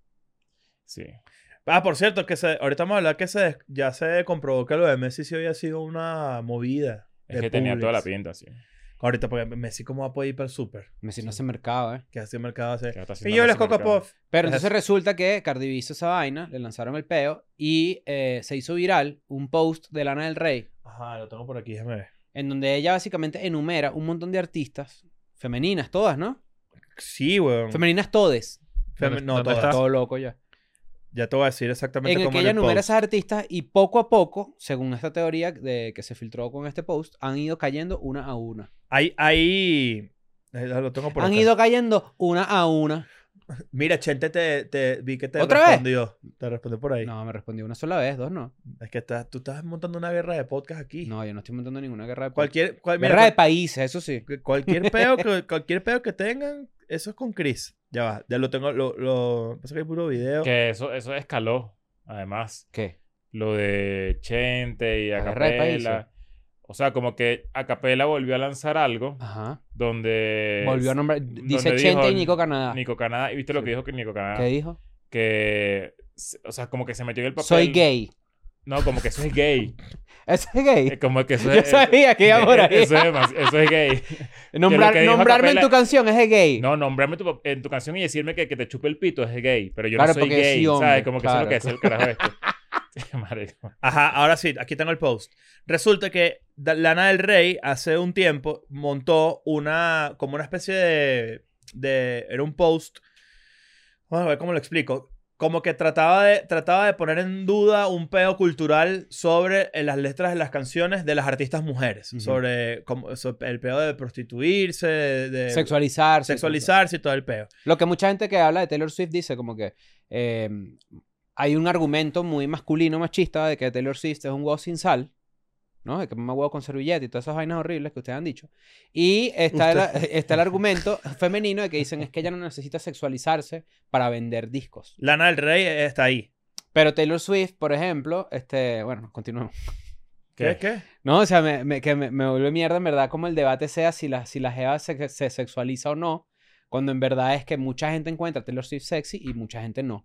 Sí. Ah, por cierto, que se, ahorita vamos a hablar que se, ya se comprobó que lo de Messi sí había sido una movida. Es de que tenía Publix. toda la pinta, sí. Ahorita, porque Messi, ¿cómo va a poder ir para el súper? Messi no hace mercado, ¿eh? Que hace mercado hace. Que no está Y haciendo yo nada les ese Coco mercado. Puff. Pero Es entonces eso. resulta que Cardi B hizo esa vaina, le lanzaron el peo y eh, se hizo viral un post de Lana del Rey Ajá, lo tengo por aquí, déjame ver. en donde ella básicamente enumera un montón de artistas femeninas, todas, ¿no? Sí, weón. Femeninas todes. Fem- ¿Dónde- no, dónde todas. está? Todo loco ya. Ya te voy a decir exactamente En el cómo que era ella el enumera post. esas artistas y poco a poco, según esta teoría de que se filtró con este post, han ido cayendo una a una. Ahí, ahí. eh, Lo tengo por Han acá. ido cayendo una a una. Mira, Chente te, te vi que te ¿Otra vez? respondió. Te respondió por ahí. No, me respondió una sola vez, dos no. Es que estás, tú estás montando una guerra de podcast aquí. No, yo no estoy montando ninguna guerra de Cualquier, cual- mira, guerra de cual- países, eso sí. cualquier peo que cualquier peo que tengan, eso es con Chris. Ya va, ya lo tengo, lo, lo pasa que hay puro video. Que eso, eso escaló, además. ¿Qué? Lo de Chente y La guerra de Acapela. O sea, como que Acapela volvió a lanzar algo Ajá. donde... Volvió a nombrar. Dice donde Chente dijo y Nico Canadá. Nico Canadá. ¿Y viste lo Sí. que dijo que Nico Canadá? ¿Qué dijo? Que... O sea, como que se metió en el papel... Soy gay. No, como que eso es gay. ¿Eso es gay? Es como que eso Yo es... sabía que iba por ahí. Eso es, demasi- eso es gay. Nombrar- que lo que dijo nombrarme en Acapela- tu canción es de gay. No, nombrarme tu, pap- en tu canción y decirme que, que te chupe el pito es gay. Pero yo Claro, no soy porque gay, sí, hombre, ¿sabes? Como que eso es lo claro. que es el carajo este. Sí, marico. Ajá, ahora sí, aquí tengo el post. Resulta que Da- Lana del Rey hace un tiempo montó una, como una especie de, de era un post, vamos a ver cómo lo explico, como que trataba de, trataba de poner en duda un peo cultural sobre eh, las letras de las canciones de las artistas mujeres, Ujú. sobre, como, sobre el peo de prostituirse, de, de Sexualizarse. sexualizarse y todo el peo. Lo que mucha gente que habla de Taylor Swift dice como que eh, hay un argumento muy masculino, machista, de que Taylor Swift es un huevo sin sal, ¿no? De que me huevo con servilleta y todas esas vainas horribles que ustedes han dicho. Y está, el, está el argumento femenino de que dicen es que ella no necesita sexualizarse para vender discos. Lana del Rey está ahí. Pero Taylor Swift, por ejemplo, este, bueno, continuemos. ¿Qué? ¿Qué? No, o sea, me, me- que me, me vuelve mierda en verdad como el debate sea si la, si la jeva se, se sexualiza o no, cuando en verdad es que mucha gente encuentra a Taylor Swift sexy y mucha gente no.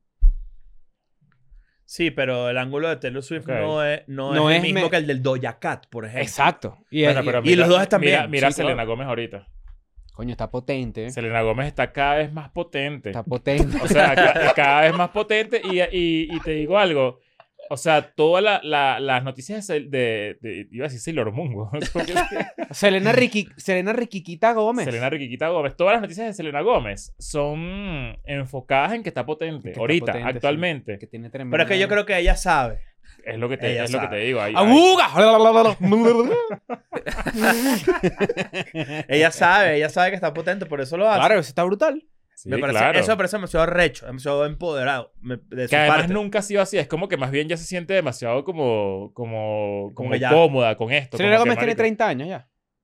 Sí, pero el ángulo de Taylor Swift Ok. no es, no No es es el mismo me- que el del Doja Cat, por ejemplo. Exacto. Y, Bueno, y- pero y mira- los dos están Mira, bien. mira a Sí, Selena claro. Gómez ahorita. coño, está potente. ¿eh? Selena Gómez está cada vez más potente. Está potente. O sea, ca- cada vez más potente. Y, y, y te digo algo. O sea, todas la, la- las noticias de, de, de- Iba a decir Sailor Moon, güey. Selena, Riqui, Selena Riquiquita Gómez. Selena Riquiquita Gómez. Todas las noticias de Selena Gómez son enfocadas en que está potente. Que está ahorita, potente, sí. actualmente. Que tiene tremenda... Pero es que yo creo que ella sabe. Es lo que te, Ella es lo que sabe. te digo. Ahí, ahí- ¡Abuga! Ella sabe, ella sabe que está potente, por eso lo hace. Claro, eso está brutal. Sí, me parece, claro. Eso me parece demasiado recho, demasiado empoderado. me- de su Que además parte. nunca ha sido así. Es como que más bien ya se siente demasiado como, como, como Como que ya- cómoda con esto. Selena como que, Gómez tiene marico, treinta años ya.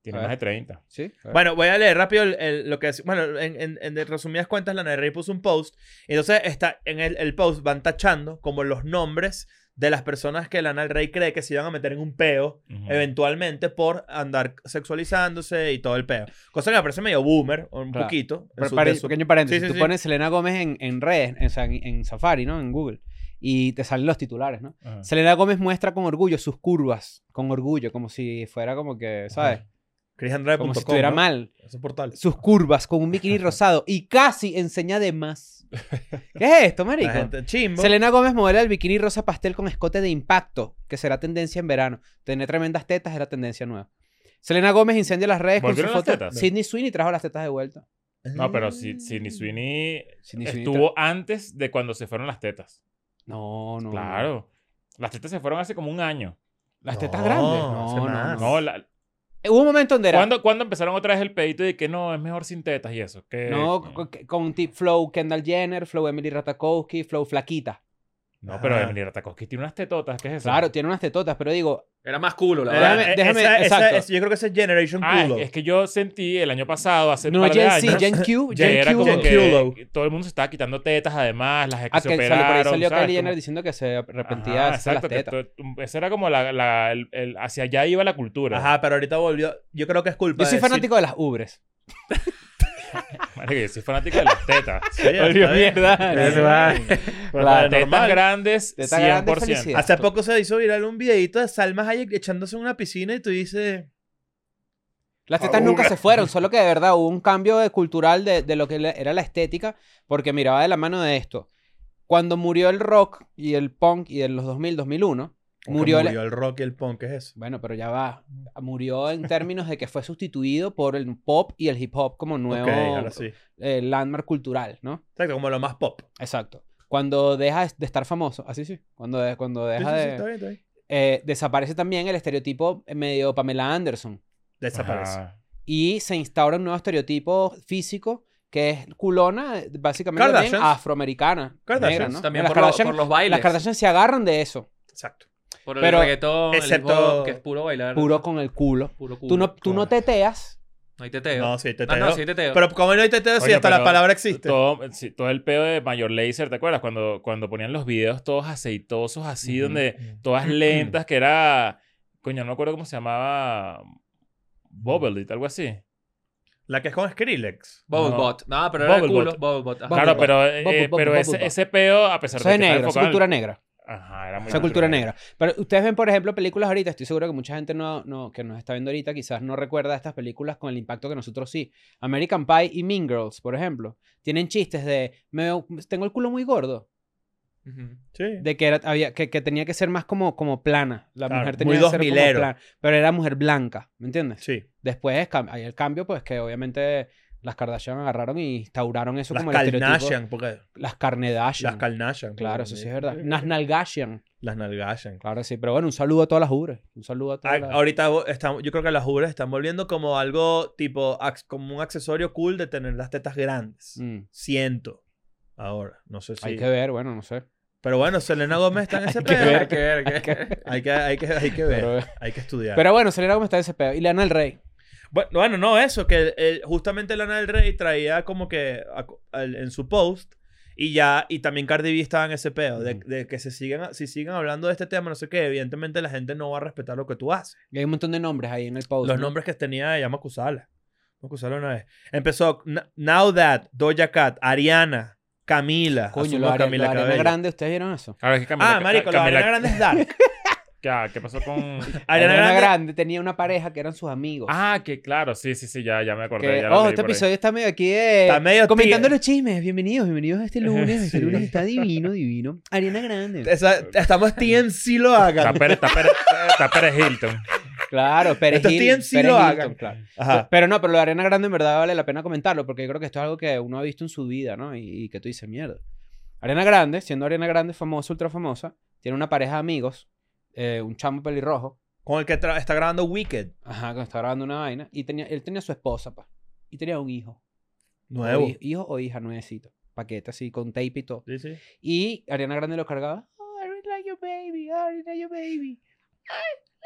Tiene A más de ver. treinta. ¿Sí? A ver. Bueno, voy a leer rápido el- el- lo que es. Bueno, en, en, en de resumidas cuentas, Lana del Rey puso un post. Y entonces está, en el, el post van tachando como los nombres de las personas que Lana del Rey cree que se iban a meter en un peo Ujú. eventualmente por andar sexualizándose y todo el peo. Cosa que me parece medio boomer, un Claro. poquito. en Pero su- para- de su- pequeño paréntesis. Sí, sí, Tú sí. pones Selena Gómez en, en redes, en, o sea, en, en Safari, ¿no? En Google. Y te salen los titulares, ¿no? Ajá. Selena Gómez muestra con orgullo sus curvas. Con orgullo, como si fuera como que, ¿sabes? Chris Andrade punto com, Como si estuviera ¿no? mal. Ese portal. Sus curvas con un bikini rosado y casi enseña de más. ¿Qué es esto, marico? La gente chimbo. Selena Gómez modela el bikini rosa pastel con escote de impacto, que será tendencia en verano. Tener tremendas tetas era tendencia nueva. Selena Gómez incendia las redes con su ¿Volvieron las foto. tetas? Sydney Sweeney trajo las tetas de vuelta. No, pero si, Sydney Sweeney Sydney Sweeney estuvo antes de cuando se fueron las tetas. No, no. no. Claro. Las tetas se fueron hace como un año. Las No, tetas grandes. hace No, no, más. no. No, la- Hubo un momento donde era. ¿Cuándo, cuándo empezaron otra vez el pedito de que no, es mejor sin tetas y eso? Que, No, con, con tip Flow Kendall Jenner, Flow Emily Ratajkowski, Flow Flaquita. No, pero Ajá. Emily Ratajkowski tiene unas tetotas, ¿qué es eso? Claro, tiene unas tetotas, pero digo, Era más culo, la Eh, verdad. Déjame- eh, déjame- esa- esa exacto. es- yo creo que ese es Generation Ah, Culo. es, es que yo sentí el año pasado, hace un no par de Gen años, Z, Gen Q, ya Gen era Q. como Gen que Q. todo el mundo se estaba quitando tetas, además, las que Ah, se que salió, por ahí operaron, salió ¿sabes? Kylie Jenner Como- diciendo que se arrepentía Ajá, de hacer las exacto, que tetas. to- esa era como la, la- el, el- hacia allá iba la cultura. Ajá, pero ahorita volvió. Yo creo que es culpa Yo soy de fanático de las ubres. Marico, yo soy fanático de las tetas. Sí, está Volvió bien. mierda. Eso va. Claro, Claro, Tetas normal. grandes, Tetas cien grandes, por ciento. felicidad. Hace poco se hizo viral un videito de Salma Hayek echándose en una piscina y tú dices... Las tetas nunca se fueron, solo que de verdad hubo un cambio de- cultural de, de lo que le- era la estética, porque miraba de la mano de esto. Cuando murió el rock y el punk y en los dos mil, dos mil uno, Como murió, que el- murió el rock y el punk, ¿qué es eso? Bueno, pero ya va. Murió en términos de que fue sustituido por el pop y el hip hop como nuevo Ok, ahora sí. eh, landmark cultural, ¿no? Exacto, como lo más pop. Exacto. Cuando deja de estar famoso, así sí, cuando, de- cuando Sí, deja sí, sí, de... está bien, está bien. eh, desaparece también el estereotipo medio Pamela Anderson. Desaparece. Ajá. Y se instaura un nuevo estereotipo físico que es culona, eh, básicamente también Kardashians. afroamericana. Kardashians. negra, ¿no? También Las por, lo- Kardashian- por los bailes. Las Kardashian se agarran de eso, Exacto. Por el pero- reggaetón, el excepto- hip hop, que es puro bailar. puro con el culo. Puro culo. Tú no, tú no Claro. teteas. No hay teteo. No, sí, teteo. Ah, no, sí teteo. Pero como no hay teteo, sí, Oye, hasta la pero palabra existe. Todo, sí, todo el pedo de Mayor Lazer, ¿te acuerdas? Cuando, cuando ponían los videos todos aceitosos así, Ujú. donde todas lentas, que era... Coño, no me acuerdo cómo se llamaba... Bubble It, algo así. La que es con Skrillex. Bubblebot. No, pero era el Bubblebot. culo. Bubblebot. Ajá. Claro, Bubble pero, Bot. eh, Bubble, pero bubble, ese, bubble. ese peo, a pesar Eso de es que está negro, eso es enfocado en- cultura negra. Ajá, era muy Esa cultura negra. Pero ustedes ven, por ejemplo, películas ahorita. Estoy seguro que mucha gente no, no, que nos está viendo ahorita quizás no recuerda estas películas con el impacto que nosotros sí. American Pie y Mean Girls, por ejemplo, tienen chistes de me veo- tengo el culo muy gordo. Ujú. Sí. De que, era, había, que, que tenía que ser más como, como plana. La Claro, mujer muy tenía que ser como dos milero. plana. Pero era mujer blanca, ¿me entiendes? Sí. Después cam- hay el cambio, pues que obviamente las Kardashian agarraron y instauraron eso Las como el estereotipo. Kardashian, porque... Las Kardashian. Las Kardashian. Claro, eso sí es verdad. Las Nalgashian. Las Nalgashian. Claro, sí. Pero bueno, un saludo a todas las ubres. Un saludo a todas Ah, las... ahorita vo- estamos, yo creo que las ubres están volviendo como algo tipo, ac- como un accesorio cool de tener las tetas grandes. Mm. Siento. Ahora, no sé si... Hay que ver, bueno, no sé. Pero bueno, Selena Gómez está en ese que pedo. ver, Hay que ver, hay que ver. Hay que, hay que, hay que ver. Pero, Hay que estudiar. pero bueno, Selena Gómez está en ese pedo. Y Lana del Rey. Bueno, bueno, no, eso, que eh, justamente Lana del Rey traía como que a- al- en su post y ya, y también Cardi B estaba en ese pedo, de, Ujú. de que se sigan, si sigan hablando de este tema, no sé qué, evidentemente la gente no va a respetar lo que tú haces. Y hay un montón de nombres ahí en el post. Los ¿no? nombres que tenía ella, Makusala. Makusala una vez. Empezó N- Now That, Doja Cat, Ariana, Camila. Coño, asumo lo de Ari- Camila lo de Ariana Cabello. Grande, ¿ustedes vieron eso? Claro, es que Camila, Ah, marico, la Camila- Ariana Grande es dark. Ya, ¿qué pasó con...? Ariana Ariana Grande... Grande tenía una pareja que eran sus amigos. Ah, que claro, sí, sí, sí, ya, ya me acordé. Que, ya lo ojo, leí este por ahí. episodio está medio aquí eh, Está medio comentando tío. los chismes. Bienvenidos, bienvenidos a este lunes. Este Sí. lunes está divino, divino. Ariana Grande. Esa- estamos T M C lo Está hagan. Pérez, está Pérez, está Pérez Hilton. Claro, Pérez Estos Hil- T M C Pérez lo Hilton, hagan. claro. Ajá. Pero no, pero lo de Ariana Grande en verdad vale la pena comentarlo porque yo creo que esto es algo que uno ha visto en su vida, ¿no? Y, y que tú dices, mierda. Ariana Grande, siendo Ariana Grande famosa, ultra famosa, tiene una pareja de amigos, eh, un chamo pelirrojo, Con el que tra- está grabando Wicked. ajá, que está grabando una vaina, y tenía, él tenía su esposa, pa, y tenía un hijo. Nuevo. O hi- hijo o hija, nuevecito. Paquete así, con tape y todo. Sí, sí. Y Ariana Grande lo cargaba. Oh, I really like your baby. I really like your baby. I love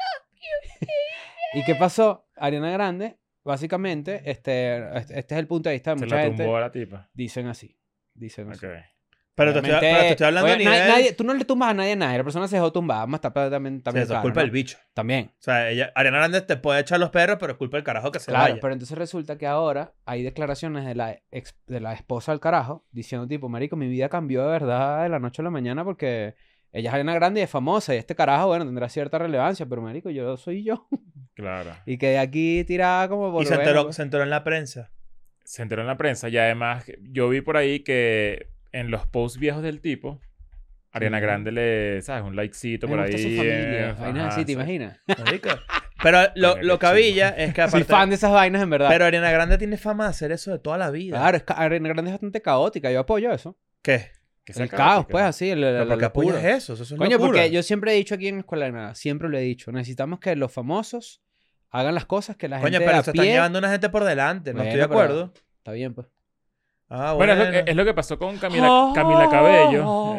¿Y qué pasó? Ariana Grande, básicamente, este, este este es el punto de vista de Se mucha la gente. tumbó a la tipa. Dicen así. Dicen así. Ok. Pero te, estoy, Obviamente, pero te estoy hablando oye, a na- nivel... nadie- tú no le tumbas a nadie a nadie. La persona se dejó tumbar. Vamos a estar también, Sí, también eso es claro, culpa ¿no? del bicho. También. O sea, ella, Ariana Grande te puede echar los perros, pero es culpa del carajo que se Claro, vaya. pero entonces resulta que ahora hay declaraciones de la ex- de la esposa del carajo diciendo tipo, marico, mi vida cambió de verdad de la noche a la mañana porque ella es Ariana Grande y es famosa y este carajo, bueno, tendrá cierta relevancia, pero marico, yo soy yo. Claro. Y que de aquí tirada como por Y se bueno, enteró, pues. se enteró en la prensa. Se enteró en la prensa y además yo vi por ahí que en los posts viejos del tipo, Ariana Sí. Grande le, ¿sabes? Un likecito por Me ahí. gusta su familia. eh, Vainas ajá, así, ¿te sí. imaginas? Marico. Pero lo, Coño, lo qué cabilla es que Soy aparte... fan de esas vainas, en verdad. Pero Ariana Grande tiene fama de hacer eso de toda la vida. Claro, es que Ariana Grande es bastante caótica. Yo apoyo eso. ¿Qué? Que sea El caótica. caos, pues, así. El, el, ¿Pero la por qué locura. apoyas eso? Eso es Coño, locura. porque yo siempre he dicho aquí en Escuela de Nada, siempre lo he dicho, necesitamos que los famosos hagan las cosas que la Coño, gente pero a se pie... están llevando una gente por delante. No Bueno, estoy de pero- acuerdo. Está bien, pues. Ah, Bueno, bueno. es lo, que, es lo que pasó con Camila, Camila Cabello.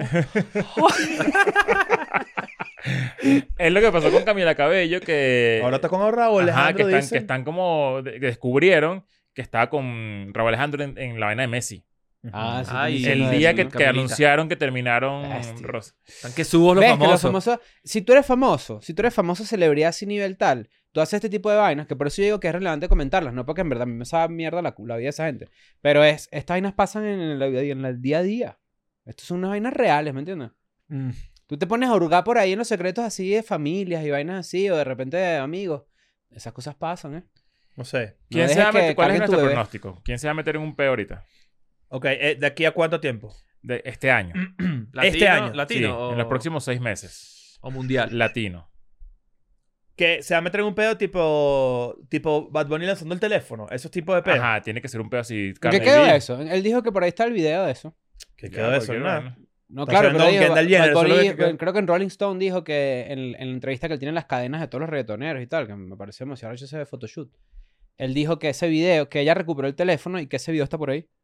Es lo que pasó con Camila Cabello que... Ahora está con Raúl Ajá, que Alejandro, están, dicen. que están como... de- que descubrieron que estaba con Raúl Alejandro en, en la vaina de Messi. Ah, sí, Ay, te dicen El lo de día eso, que, ¿no? que Camilita. anunciaron que terminaron Bestia. Rosa. Están que subos los ¿Ves que famosos. los famosos... Si tú eres famoso, si tú eres famoso celebridad así nivel tal, tú haces este tipo de vainas, que por eso yo digo que es relevante comentarlas, no porque en verdad a mí me sabe mierda la, la vida de esa gente. Pero es, estas vainas pasan en, la vida- en el día a día. Estas son unas vainas reales, ¿me entiendes? Mm. Tú te pones a hurgar por ahí en los secretos así de familias y vainas así, o de repente de amigos. Esas cosas pasan, ¿eh? No sé. ¿Quién No se va a dejes que meter, ¿Cuál es carguen tu nuestro bebé. pronóstico? ¿Quién se va a meter en un peo ahorita? Ok, eh, ¿de aquí a cuánto tiempo? De este año. Latino, este año. Latino Sí, o, en los próximos seis meses. o mundial. Latino. Que se va a meter en un pedo tipo... Tipo Bad Bunny lanzando el teléfono. Esos tipos de pedos. Ajá, tiene que ser un peo así. ¿Qué carne quedó viva. de eso? Él dijo que por ahí está el video de eso. ¿Qué Ya, quedó de eso? cualquier Nada. vaina. No, Está claro, haciendo pero dijo, Kendall Bad Jenner, eso es lo Bunny- que quedó. creo que en Rolling Stone dijo que en, en la entrevista que él tiene en las cadenas de todos los reggaetoneros y tal, que me parece demasiado hecho ese photoshoot. Él dijo que ese video, que ella recuperó el teléfono y que ese video está por ahí.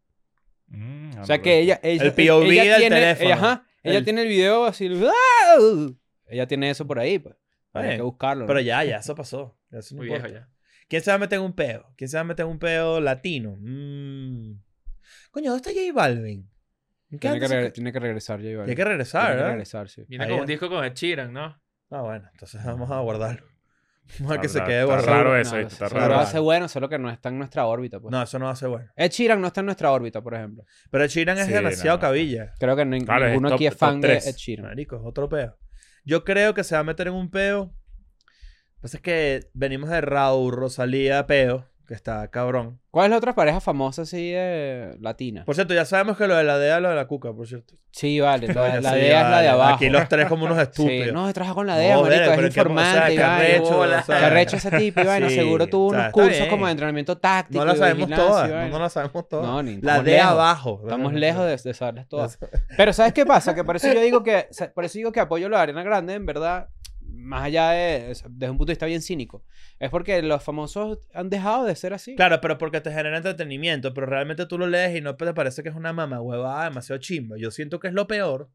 Mm, O sea no, que pero- ella, ella, El P O V ella del tiene, teléfono. Ella, ajá, ella El- tiene el video así. ¡ah! Ella tiene eso por ahí, pues. Hay Bien, que buscarlo. Pero ¿no? ya, ya, eso pasó. Eso no Muy viejo importa. ya. ¿Quién se va a meter en un peo? ¿Quién se va a meter en un peo latino? Mm. Coño, ¿dónde está J Balvin? ¿En qué Tiene que, anda ese regre- ca- tiene que regresar, J Balvin. Tiene que regresar, Tiene que ¿verdad? regresar, sí. Viene Ahí con ya. un disco con Ed Sheeran, ¿no? Ah, bueno, entonces vamos a guardarlo. Vamos a ver que se Está- quede está guardado. raro eso, No, ¿viste? Está seguro raro. va a ser bueno, solo que no está en nuestra órbita, pues. No, eso no va a ser bueno. Ed Sheeran no está en nuestra órbita, por ejemplo. Pero Ed Sheeran es Sí, demasiado no. cabilla. Creo que nin- Claro, es ninguno top- aquí es top fan de tres. Ed Sheeran. Marico, es otro peo. Yo creo que se va a meter en un peo. Lo que pasa es que venimos de Raúl, Rosalía, peo, que está cabrón. ¿Cuál es la otra pareja famosa así de latina? Por cierto, ya sabemos que lo de la D E A es lo de la cuca, por cierto. Sí, vale. La, Coño, la sí, D E A es la de vale. abajo. Aquí los tres como unos estúpidos. Sí, no, se trabaja con la D E A, No, marico, verga, es pero qué- o sea, informante y qué vaina. arrecho, bola. o sea, Que arrecho ese tipo y vaina. Sí, Seguro tuvo o sea, unos está cursos bien. como de entrenamiento táctico No la y sabemos vigilancia y todas, no, vaina. no la sabemos todas. No, ni la estamos D lejos. abajo. Estamos lejos de, de saberlas todas. Pero ¿sabes qué pasa? Que por eso yo digo que, por eso digo que apoyo lo de Ariana Grande, en verdad, más allá de, desde un punto de vista bien cínico. Es porque los famosos han dejado de ser así. Claro, pero porque te genera entretenimiento, pero realmente tú lo lees y no te parece que es una mamá huevada demasiado chimba. Yo siento que es lo peor.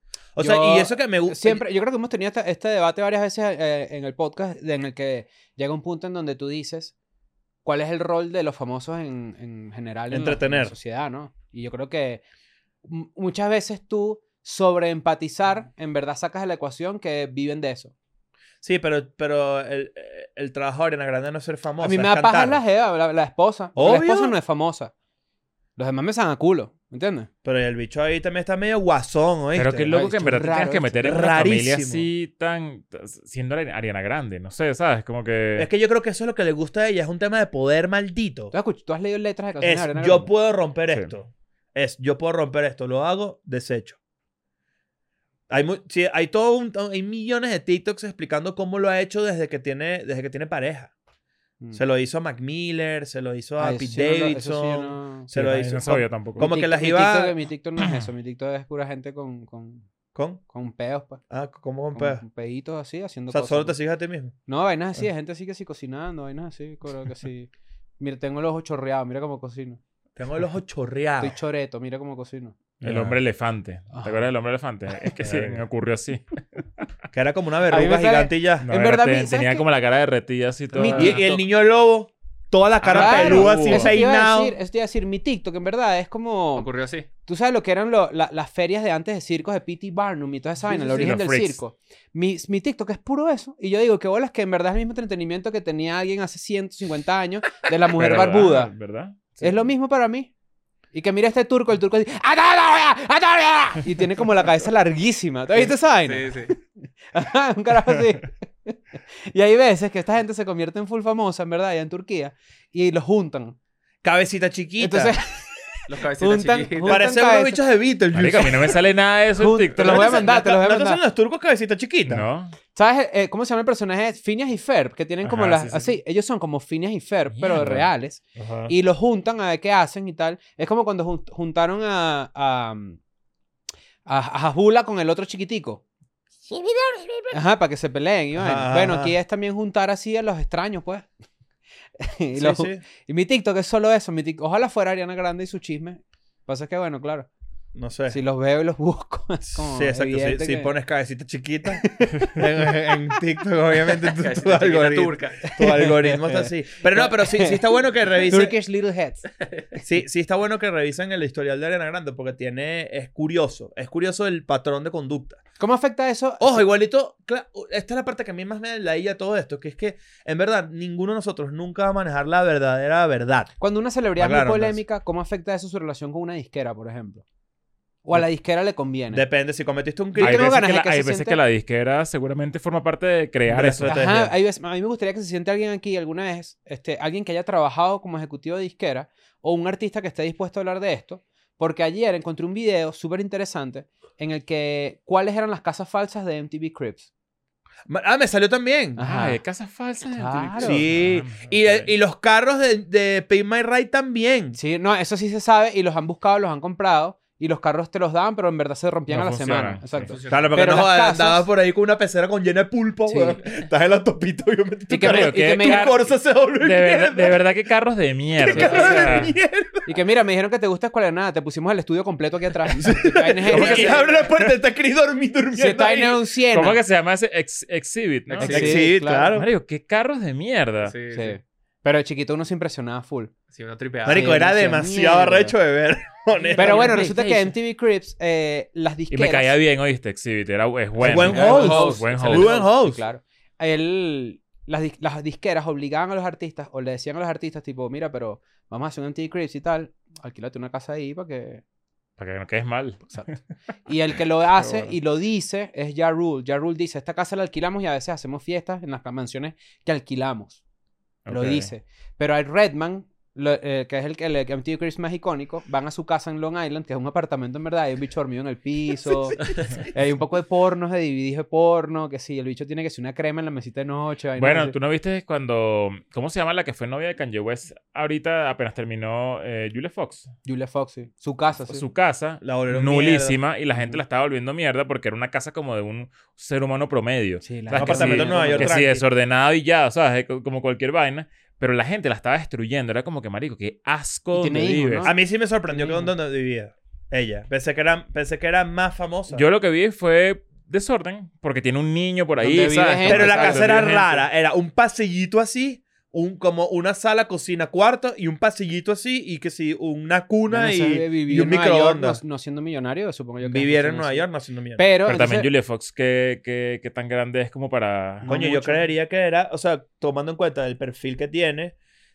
O sea, Yo y eso que me gusta. Siempre, yo creo que hemos tenido este, este debate varias veces eh, en el podcast, de- en el que llega un punto en donde tú dices cuál es el rol de los famosos en, en general en la- en la, Entretener. sociedad, ¿no? Y yo creo que m- muchas veces tú sobreempatizar, en verdad sacas de la ecuación que viven de eso. Sí, pero, pero el, el trabajo de Ariana Grande no es ser famosa. A mí me es da paja cantar. la jeva, la, la esposa. porque La Obvio. esposa no es famosa. Los demás me sacan a culo, ¿me entiendes? Pero el bicho ahí también está medio guasón, ¿oíste? Pero qué loco Ay, que en esto verdad es te tengas raro, que esto meter es en una familia rarísimo. así tan... siendo Ari- Ariana Grande. No sé, ¿sabes? Como que... Es que yo creo que eso es lo que le gusta a ella. Es un tema de poder maldito. ¿Tú has, escuch- tú has leído letras de canciones Es de Ariana yo Grande? puedo romper Sí. esto. Es yo puedo romper esto. Lo hago, desecho. Hay, mu- sí, hay todo un, hay millones de TikToks explicando cómo lo ha hecho desde que tiene, desde que tiene pareja. Mm. Se lo hizo a Mac Miller, se lo hizo a Ay, Pete eso sí no lo- Davidson. eso sí yo no- Se lo Sí, hizo. no sabía tampoco. como Mi que TikTok- las mi iba- TikTok- mi TikTok no es eso. Mi TikTok es pura gente con, con, ¿Con? con peos, pues. Ah, ¿cómo con Con, pedo? con peditos así, haciendo O sea, cosas. solo te pues. sigues a ti mismo. No, vainas así, Ah. de gente así que sí cocinando, vainas así, creo que sí. Mira, tengo los ojos chorreados, mira cómo cocino. Tengo el ojo chorreado. Estoy choreto, mira cómo cocino. El Ya. hombre elefante. ¿Te Ajá. acuerdas del hombre elefante? Es que sí, me ocurrió así. Que era como una A mí me verruga sale- gigante y ya. No, En era- verdad, te- mi- ¿sabes tenía qué? como la cara derretida así toda. Mi- Y, y el niño lobo, toda la cara Claro, peluda, así eso te iba a peinado. decir, eso te iba a decir, mi TikTok en verdad es como... Ocurrió así. Tú sabes lo que eran lo- la- las ferias de antes de circos de P T Barnum y toda esa Sí, vaina, sí, el sí, origen los del freaks. circo. Mi, mi TikTok es puro eso. Y yo digo, qué bolas que en verdad es el mismo entretenimiento que tenía alguien hace ciento cincuenta años de la mujer ¿Verdad? barbuda. ¿Verdad? Es lo mismo para mí. Y que mira este turco, el turco dice "¡Atalia! ¡Atalia!", y tiene como la cabeza larguísima. ¿Te viste esa vaina? Sí, sí. Ajá, un carajo así. Y hay veces que esta gente se convierte en full famosa, en verdad, allá en Turquía, y los juntan. Cabecita chiquita. Entonces, Los cabecitas Juntan- chiquitos. juntan- Parecen unos cabeza. bichos de Beetlejuice. Marico, a mí no me sale nada de eso en Jun- TikTok. te los voy a ¿No mandar, te los voy a ¿No te mandar. hacen los turcos cabecita chiquita? No. ¿Sabes eh, cómo se llama el personaje? Phineas y Ferb, que tienen como Ajá, las... sí, sí, así, sí. ellos son como Phineas y Ferb, pero Mierda. reales. Ajá. Y los juntan a ver qué hacen y tal. Es como cuando jun- juntaron a... a, a, a Jula con el otro chiquitico. Ajá, para que se peleen. Y vaina. Ajá, Bueno, ajá. aquí es también juntar así a los extraños, pues. y, Sí, los- sí. y mi TikTok es solo eso. Mi tic- Ojalá fuera Ariana Grande y su chisme. Pasa que, bueno, claro. No sé. Si los veo y los busco. es como Sí, exacto. Si, evidente si que- pones cabecita chiquita en, en TikTok, obviamente tu, tu Cabecita chiquita algoritmo, turca. tu algoritmo está así. Pero no, pero sí, sí está bueno que revisen. Turkish Little Heads. Sí, sí está bueno que revisen el historial de Ariana Grande porque tiene. Es curioso. Es curioso el patrón de conducta. ¿Cómo afecta eso? Ojo, igualito. cla- esta es la parte que a mí más me la de todo esto. Que es que, en verdad, ninguno de nosotros nunca va a manejar la verdadera verdad. Cuando una celebridad es muy Acláranos. polémica, ¿cómo afecta eso su relación con una disquera, por ejemplo? O a la disquera le conviene. Depende si cometiste un Yo crimen. Hay tengo veces, ganas que de la, que hay se veces siente- que la disquera seguramente forma parte de crear De eso. la Ajá, estrategia. hay veces- a mí me gustaría que se siente alguien aquí alguna vez, este, alguien que haya trabajado como ejecutivo de disquera o un artista que esté dispuesto a hablar de esto, porque ayer encontré un video súper interesante en el que cuáles eran las casas falsas de M T V Cribs. Ma- Ah, me salió también. Ajá. Ah, de casas falsas. de Claro. TikTok. Sí. Ah, Y, ok. y los carros de, de Pay My Ride también. Sí, no, eso sí se sabe y los han buscado, los han comprado y los carros te los daban, pero en verdad se rompían No a la funcionan, semana. sí. Exacto. Funciona. Claro, porque Pero no las jodas, casas- andabas por ahí con una pecera con llena de pulpo, Sí. weón. Estás en la topita, obviamente. Y tu que me- carro- y que me- tu car- Corsa se volvió De verdad, mierda. de verdad que carros de mierda. Sí, o sea, de mierda. Y que mira, me dijeron que te gusta Escuela de Nada, te pusimos el estudio completo aquí atrás. ¿Qué vaina es ¿Cómo esa? que Y se- abre la puerta, está Chris dormi- durmiendo. Si esta ahí. vaina es un Siena. ¿Cómo que se llama ese Ex- Exhibit? ¿no? Exhibit. Sí, Sí, claro. claro. Mario, qué carros de mierda. Sí, Sí. sí. Pero de chiquito uno se impresionaba full. Sí, una tripeada. Marico, Sí, era decía, demasiado mierda. arrecho de ver. honestamente. Pero bueno, en resulta que PlayStation. M T V Cribs, eh, las Y disqueras... me caía bien, oíste, Exhibit. Era, es bueno. buen Era host. Buen Excelente. Muy host. buen Sí, host. claro. Él, las, dis- las disqueras obligaban a los artistas o le decían a los artistas tipo, mira, pero vamos a hacer un M T V Cribs y tal, alquílate una casa ahí para que... Para que no quedes mal. Exacto. Y el que lo hace bueno. y lo dice es Ja Rule. Ja Rule dice, esta casa la alquilamos y a veces hacemos fiestas en las mansiones que alquilamos. Lo Ok. dice. Pero hay Redman, lo- eh, que es el que el M T V Cribs más icónico, van a su casa en Long Island, que es un apartamento en verdad, hay un bicho dormido en el piso, hay un poco de pornos, de D V Ds de porno, que sí, el bicho tiene que ser una crema en la mesita de noche. vainas Bueno, así. tú no viste cuando... ¿Cómo se llama la que fue novia de Kanye West? Ahorita apenas terminó eh, Julia Fox. Julia Fox, sí. Su casa, sí. Su casa, La volvieron nulísima, y la gente Ujú. la estaba volviendo mierda porque era una casa como de un ser humano promedio. Sí, la ¿Sabes? Un Que apartamento sí, en Nueva York, que sí, tranqui. desordenado y ya, ¿sabes? Como cualquier vaina. Pero la gente la estaba destruyendo. Era como que, marico, qué asco Y tiene donde hijos, vives. ¿no? A mí sí me sorprendió que Tiene donde vivía ella. Pensé que era, pensé que era más famosa. Yo lo que vi fue desorden, porque tiene un niño por ahí, Donde vive ¿sabes? gente. Pero la Exacto, casa era vive gente. rara. Era un pasillito así, un, como una sala, cocina, cuarto y un pasillito así y que sí, una Yo cuna no y, sé, vivir y un en Nueva York, microondas. no, no siendo millonario, supongo yo que Viviera funciona en Nueva así. York no siendo mierda. Pero, Pero entonces- también Julia Fox, ¿qué, qué, qué tan grande es como para... No Coño, yo mucho. creería que era, o sea, tomando en cuenta el perfil que tiene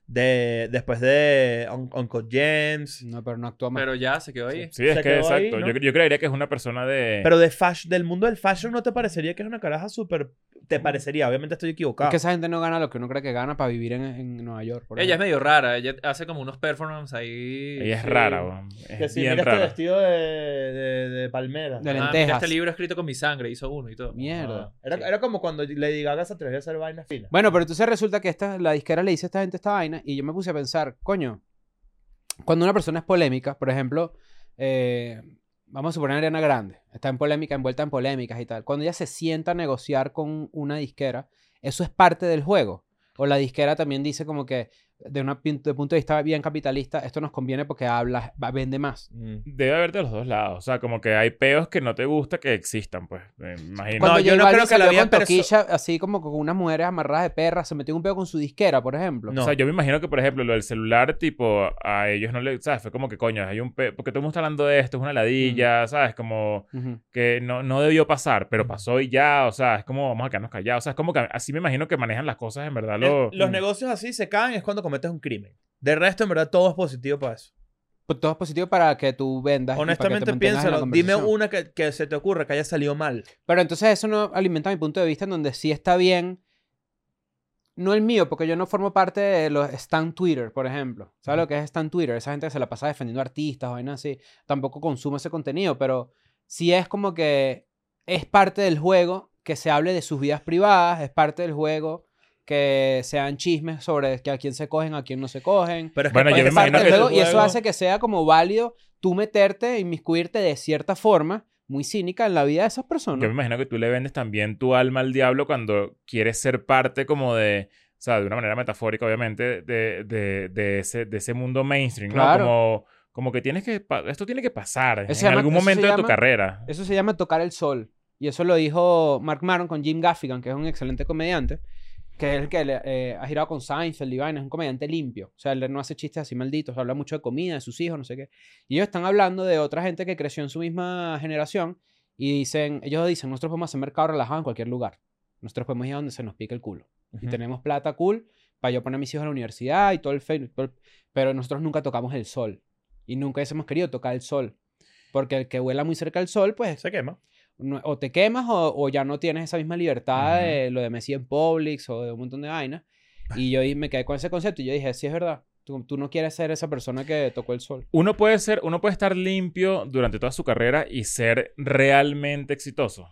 de después de Un- Uncle James, No, pero no actúa más. Pero ya se quedó ahí. Sí, es Se que quedó exacto. ahí, ¿no? yo, yo creería que es una persona de... pero de fashion, del mundo del fashion, ¿no te parecería que es una caraja súper? Te parecería, obviamente estoy equivocado. Es que esa gente no gana lo que uno cree que gana para vivir en, en Nueva York. por Ella es ejemplo. medio rara. Ella hace como unos performances ahí. Ella es sí. rara, weón. Es Que sí, bien mira rara. este vestido de, de, de palmera. De Ah, mira lentejas. este libro escrito con mi sangre. Hizo uno y todo. Mierda. Ah, era, Sí. era como cuando Lady Gaga se atrevía a hacer vainas finas. Bueno, pero entonces resulta que esta, la disquera le dice a esta gente esta vaina y yo me puse a pensar, coño, cuando una persona es polémica, por ejemplo, eh, vamos a suponer a Ariana Grande, está en polémica, envuelta en polémicas y tal. Cuando ella se sienta a negociar con una disquera, eso es parte del juego. O la disquera también dice como que, de un punto de vista bien capitalista, esto nos conviene porque habla, va- vende más. Mm. Debe haber de los dos lados. O sea, como que hay peos que no te gusta que existan, pues. Me imagino. Cuando No, yo J no Balvin creo que la salió vida con perso- Toquilla, así como con unas mujeres amarradas de perras, se metió en un peo con su disquera, por ejemplo. No. O sea, yo me imagino que, por ejemplo, lo del celular, tipo, a ellos no le... ¿Sabes? Fue como que, coño, hay un pe... Porque todo el mundo está hablando de esto, es una ladilla, ¿sabes? Como Ujú. que no, no debió pasar, pero pasó y ya. O sea, es como vamos a quedarnos callados. O sea, es como que así me imagino que manejan las cosas en verdad. Lo... El- los Mm. negocios así se caen es cuando cometes un crimen. De resto, en verdad, todo es positivo para eso. Pues todo es positivo para que tú vendas. y para que te Honestamente, mantengas en la piénsalo. Dime conversación. una que, que se te ocurra que haya salido mal. Pero entonces eso no alimenta mi punto de vista en donde sí está bien. No el mío, porque yo no formo parte de los Stan Twitter, por ejemplo. ¿Sabes lo que es Stan Twitter? Esa gente que se la pasa defendiendo artistas o vainas así. Tampoco consumo ese contenido, pero sí es como que es parte del juego que se hable de sus vidas privadas, es parte del juego que sean chismes sobre que a quién se cogen, a quién no se cogen. Pero es Bueno, que yo me es imagino parte que del Luego, y eso juego. hace que sea como válido tú meterte, inmiscuirte de cierta forma, muy cínica, en la vida de esas personas. Yo me imagino que tú le vendes también tu alma al diablo cuando quieres ser parte como de... O sea, de una manera metafórica, obviamente, de, de, de, ese, de ese mundo mainstream, ¿no? Claro. Como, como que tienes que... pa- Esto tiene que pasar Eso en se llama- algún eso se momento de tu llama- carrera. Eso se llama tocar el sol. Y eso lo dijo Mark Maron con Jim Gaffigan, que es un excelente comediante, que es el que le- eh, ha girado con Seinfeld y vaina, es un comediante limpio. O sea, él no hace chistes así malditos, habla mucho de comida, de sus hijos, no sé qué. Y ellos están hablando de otra gente que creció en su misma generación y dicen, ellos dicen, nosotros podemos hacer mercado relajado en cualquier lugar. Nosotros podemos ir a donde se nos pique el culo. Y Ujú. tenemos plata cool para yo poner a mis hijos a la universidad y todo el fe- todo el- pero nosotros nunca tocamos el sol. Y nunca hemos querido tocar el sol. Porque el que vuela muy cerca del sol, pues Se quema. no- o te quemas o, o ya no tienes esa misma libertad Ujú. de lo de Messi en Publix o de un montón de vainas. Y yo ahí me quedé con ese concepto y yo dije, sí es verdad, tú, tú no quieres ser esa persona que tocó el sol. Uno puede ser... Uno puede estar limpio durante toda su carrera y ser realmente exitoso.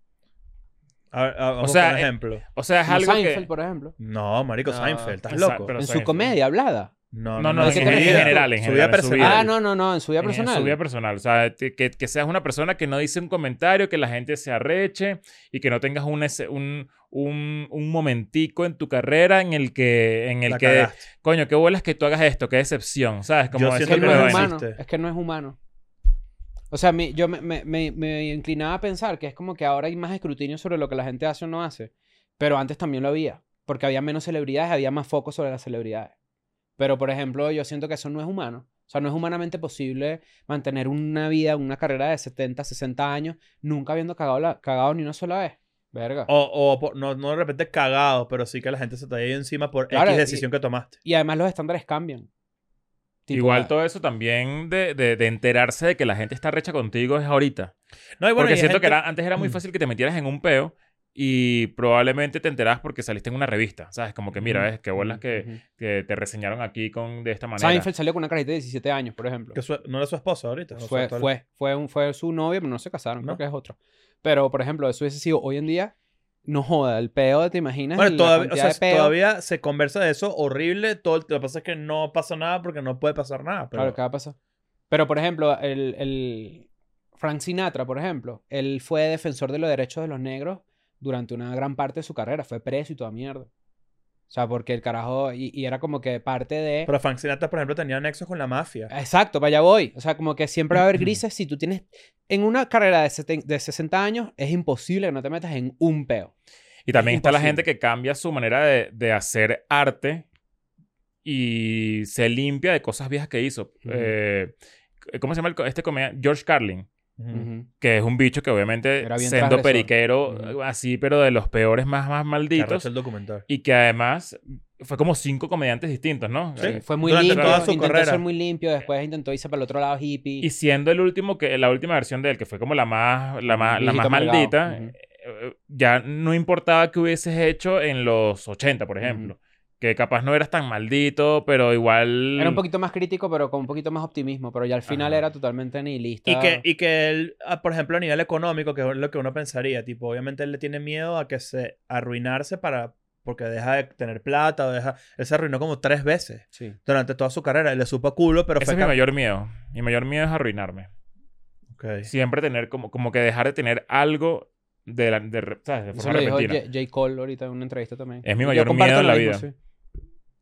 A, a- vamos sea, con eh, ejemplo. O sea, es Como algo Seinfeld, que... por ejemplo. No, marico, No. Seinfeld. ¿Estás Exacto, loco? pero En su Seinfeld. comedia hablada. No, No, no, ¿de en, qué te en refieres? general, en Su general. vida en su personal. vida. Ah, no, no, no, en su vida En- personal. En su vida personal. O sea, te- que, que seas una persona que no dice un comentario, que la gente se arreche y que no tengas un, ese- un, un, un momentico en tu carrera en el que, en el La que cagaste. coño, qué bolas que tú hagas esto, qué decepción, ¿sabes? Como Yo ese Es siento que tipo no de es vaina. humano. existe. Es que no es humano. O sea, mi- yo me, me, me, me inclinaba a pensar que es como que ahora hay más escrutinio sobre lo que la gente hace o no hace. Pero antes también lo había. Porque había menos celebridades, había más foco sobre las celebridades. Pero, por ejemplo, yo siento que eso no es humano. O sea, no es humanamente posible mantener una vida, una carrera de setenta, sesenta años, nunca habiendo cagado, la, cagado ni una sola vez. Verga. O, o por- no, no de repente cagado, pero sí que la gente se te ha ido encima por Claro, X y- decisión que tomaste. Y además los estándares cambian. Tipo, Igual ah, todo eso también de, de, de enterarse de que la gente está recha contigo es ahorita. No, y bueno, porque y hay siento que gente- era, antes era muy Mm. fácil que te metieras en un peo y probablemente te enteras porque saliste en una revista, ¿sabes? Como que mira, Ujú, ves, qué bolas ujú, que, ujú. que te reseñaron aquí con, de esta manera. Seinfeld salió con una carita de diecisiete años, por ejemplo. que su- no era su esposa ahorita. o sea, Fue, todo el- fue, fue, un, fue su novio, pero no se casaron, ¿No? creo que es otro. Pero, por ejemplo, eso hubiese sido hoy en día, no joda, el peo, ¿te imaginas? Bueno, la todavía, o cantidad sea, de peo? todavía se conversa de eso horrible. Todo, el- lo que pasa es que no pasa nada porque no puede pasar nada. Pero... Claro, ¿qué va a pasar? Pero, por ejemplo, el, el Frank Sinatra, por ejemplo, él fue defensor de los derechos de los negros durante una gran parte de su carrera. Fue preso y toda mierda. O sea, porque el carajo... Y, y era como que parte de... Pero Frank Sinatra, por ejemplo, tenía nexos con la mafia. Exacto, para allá voy. O sea, como que siempre va a haber grises. Si tú tienes... En una carrera de, seten- de sesenta años, es imposible que no te metas en un peo. Y también está la Imposible. gente que cambia su manera de, de hacer arte y se limpia de cosas viejas que hizo. Ujú. Eh, ¿Cómo se llama el co- este comediante? George Carlin. Ujú. Ujú. Que es un bicho que obviamente Era bien siendo transgresor. periquero, Ujú. así, pero de los peores más, más Que malditos. arrecho el documental. Y que además fue como cinco comediantes distintos, ¿no? Sí. Eh, Fue muy Durante limpio, toda su intentó carrera. ser muy limpio, después intentó irse para el otro lado hippie. Y siendo el último, que la última versión de él, que fue como la más, la más, la Viejito más amargado. maldita, Ujú. eh, ya no importaba que hubieses hecho en los ochenta, por ejemplo. Que capaz no eras tan maldito, pero igual... Era un poquito más crítico, pero con un poquito más optimismo. Pero ya al final Ajá. era totalmente nihilista. Y que, y que él, ah, por ejemplo, a nivel económico, que es lo que uno pensaría, tipo, obviamente él le tiene miedo a que se arruinarse para, porque deja de tener plata o deja, él se arruinó como tres veces Sí. durante toda su carrera, y le supo a culo, pero Ese fue es mi cap- mayor miedo. Mi mayor miedo es arruinarme. Ok. Siempre tener como, como que dejar de tener algo de, la, de, re- ¿sabes? de Eso forma lo dijo repentina. J. J. Cole ahorita en una entrevista también. Es mi Yo mayor comparto miedo en lo la mismo, vida. sí.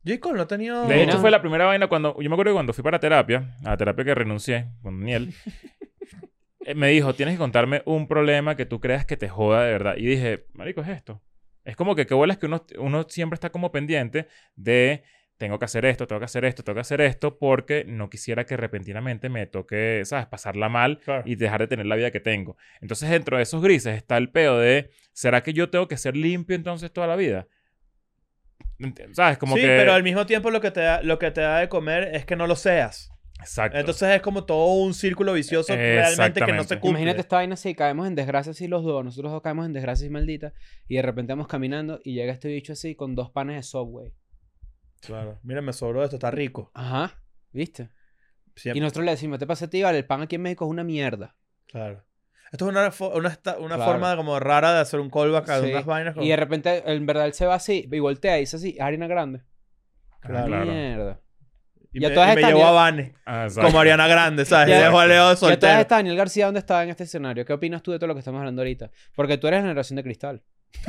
J. Cole no ha tenido... De hecho, No. fue la primera vaina cuando... Yo me acuerdo que cuando fui para terapia, a la terapia que renuncié con Daniel, eh, me dijo, tienes que contarme un problema que tú creas que te joda de verdad. Y dije, marico, es esto. Es como que qué bolas que uno, uno siempre está como pendiente de... Tengo que hacer esto, tengo que hacer esto, tengo que hacer esto, porque no quisiera que repentinamente me toque, ¿sabes? Pasarla mal Claro. y dejar de tener la vida que tengo. Entonces, dentro de esos grises está el peo de, ¿será que yo tengo que ser limpio entonces toda la vida? Ent- ¿Sabes? Como sí, que... pero al mismo tiempo lo que, te da, lo que te da de comer es que no lo seas. Exacto. Entonces es como todo un círculo vicioso realmente que no se Exactamente. cumple. Imagínate esta vaina así, caemos en desgracia así los dos, nosotros dos caemos en desgracia y maldita, y de repente vamos caminando y llega este bicho así con dos panes de Subway. Claro. Mira, me sobró esto, está rico. Ajá, ¿viste? Siempre. Y nosotros le decimos, te pasa a ti, vale, el pan aquí en México es una mierda. Claro. Esto es una, fo- una, esta- una Claro. forma como rara de hacer un callback a Sí. unas vainas. Como... Y de repente, en verdad, él se va así y voltea y dice así, es harina grande. Ah, claro. Mierda. Y y a me, todas y me estas llevó ni- a Vane. Ah, exacto. Como Ariana Grande, ¿sabes? Ya- Y dejó a Leo Y a todas soltero. estas, Daniel García, ¿dónde estaba en este escenario? ¿Qué opinas tú de todo lo que estamos hablando ahorita? Porque tú eres la generación de cristal.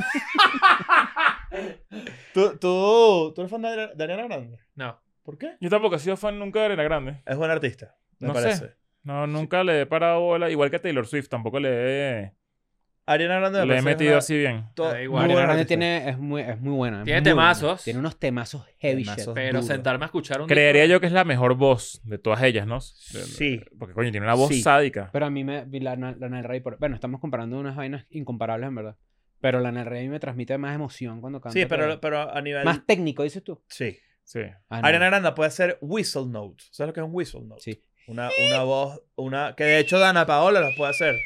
¿Tú, tú, ¿Tú eres fan de, de Ariana Grande? No. ¿Por qué? Yo tampoco he sido fan nunca de Ariana Grande. Es buen artista, me No sé. parece. No, nunca le he parado bola. Igual que Taylor Swift, tampoco le he, Ariana Grande me le he parece que es metido una- así bien. to- Da igual. muy Ariana buena Grande artista. tiene, es, muy, es muy buena. es Tiene muy buena. temazos. Tiene unos temazos heavy Temazos. shit. Pero Duro. sentarme a escuchar un Creería disco- yo que es la mejor voz de todas ellas, ¿no? Sí. Porque, coño, tiene una voz Sí. sádica. Pero a mí me... La, la, Lana del Rey... por- Bueno, estamos comparando unas vainas incomparables, en verdad. Pero Lana del Rey me transmite más emoción cuando canta. Sí, que- pero, pero a nivel... Más técnico, dices tú. Sí. Sí. Ah, no. Ariana Grande puede ser whistle note. ¿Sabes lo que es un whistle note? Sí. Una, una voz, una... Que de hecho Dana Paola las puede hacer.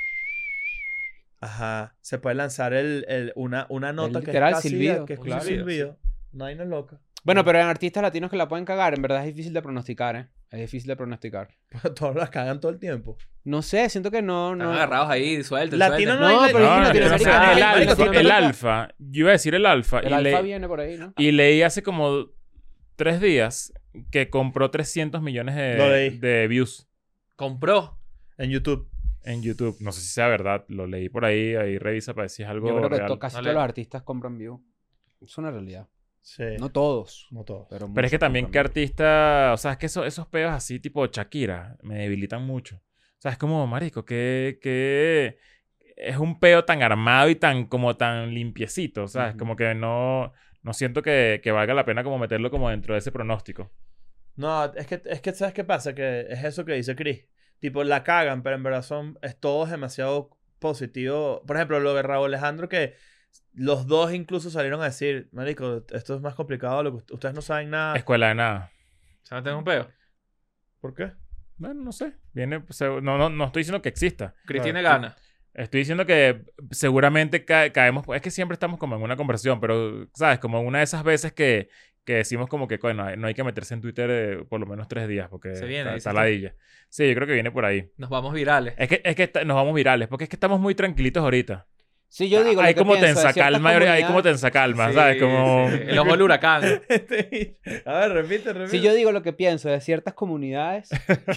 Ajá. Se puede lanzar el, el, una, una nota que literal es casi... silbido, Que es claro. un silbido. No hay una loca. Bueno, pero en artistas latinos que la pueden cagar, en verdad es difícil de pronosticar, ¿eh? Es difícil de pronosticar. Todos las cagan todo el tiempo. No sé, siento que no... Están no... agarrados ahí, suelten, Latino suelten. no, No, hay... pero es que No, Latinoamérica- yo no sé, Latinoamérica- el Marico, alfa, tiene el tanta- alfa. Yo iba a decir el alfa. El y, alfa le- viene por ahí, ¿no? y leí hace como tres días que compró trescientos millones Lo de, leí. de views Compró. En YouTube. en YouTube. No sé si sea verdad. Lo leí por ahí. Ahí revisa para ver si es algo Yo creo que real. to- casi No todos le- los artistas compran view. Es una realidad. Sí. No todos. No todos. Pero, Pero es que muchos también compran que view. artista... O sea, es que eso- esos peos así tipo Shakira me debilitan mucho. O sea, es como, marico, que... que es un peo tan armado y tan como tan limpiecito. O sea, es Ujú. como que no... No siento que, que valga la pena como meterlo como dentro de ese pronóstico. No, es que, es que ¿sabes qué pasa? Que es eso que dice Chris. Tipo, la cagan, pero en verdad son... Es todo demasiado positivo. Por ejemplo, lo de Raúl Alejandro que... Los dos incluso salieron a decir, marico, esto es más complicado de lo que ust- ustedes no saben nada. Escuela de nada. ¿Se meten un peo? ¿Por qué? Bueno, no sé. Viene... se- No, no, no estoy diciendo que exista. Chris Claro. tiene ganas. Estoy diciendo que seguramente ca- caemos... Es que siempre estamos como en una conversación, pero, ¿sabes? Como una de esas veces que, que decimos como que, bueno, no hay que meterse en Twitter eh, por lo menos tres días porque Se viene, está, dices está tú. ladilla. Sí, yo creo que viene por ahí. Nos vamos virales. Es que, es que está- nos vamos virales, porque es que estamos muy tranquilitos ahorita. Sí, yo digo. hay lo que como pienso de tensa ciertas calma, hay como comunidades- tensa calma, Sí, ¿sabes? Como... sí. El ojo del huracán. Este- a ver, repite, repite. Si yo digo lo que pienso de ciertas comunidades.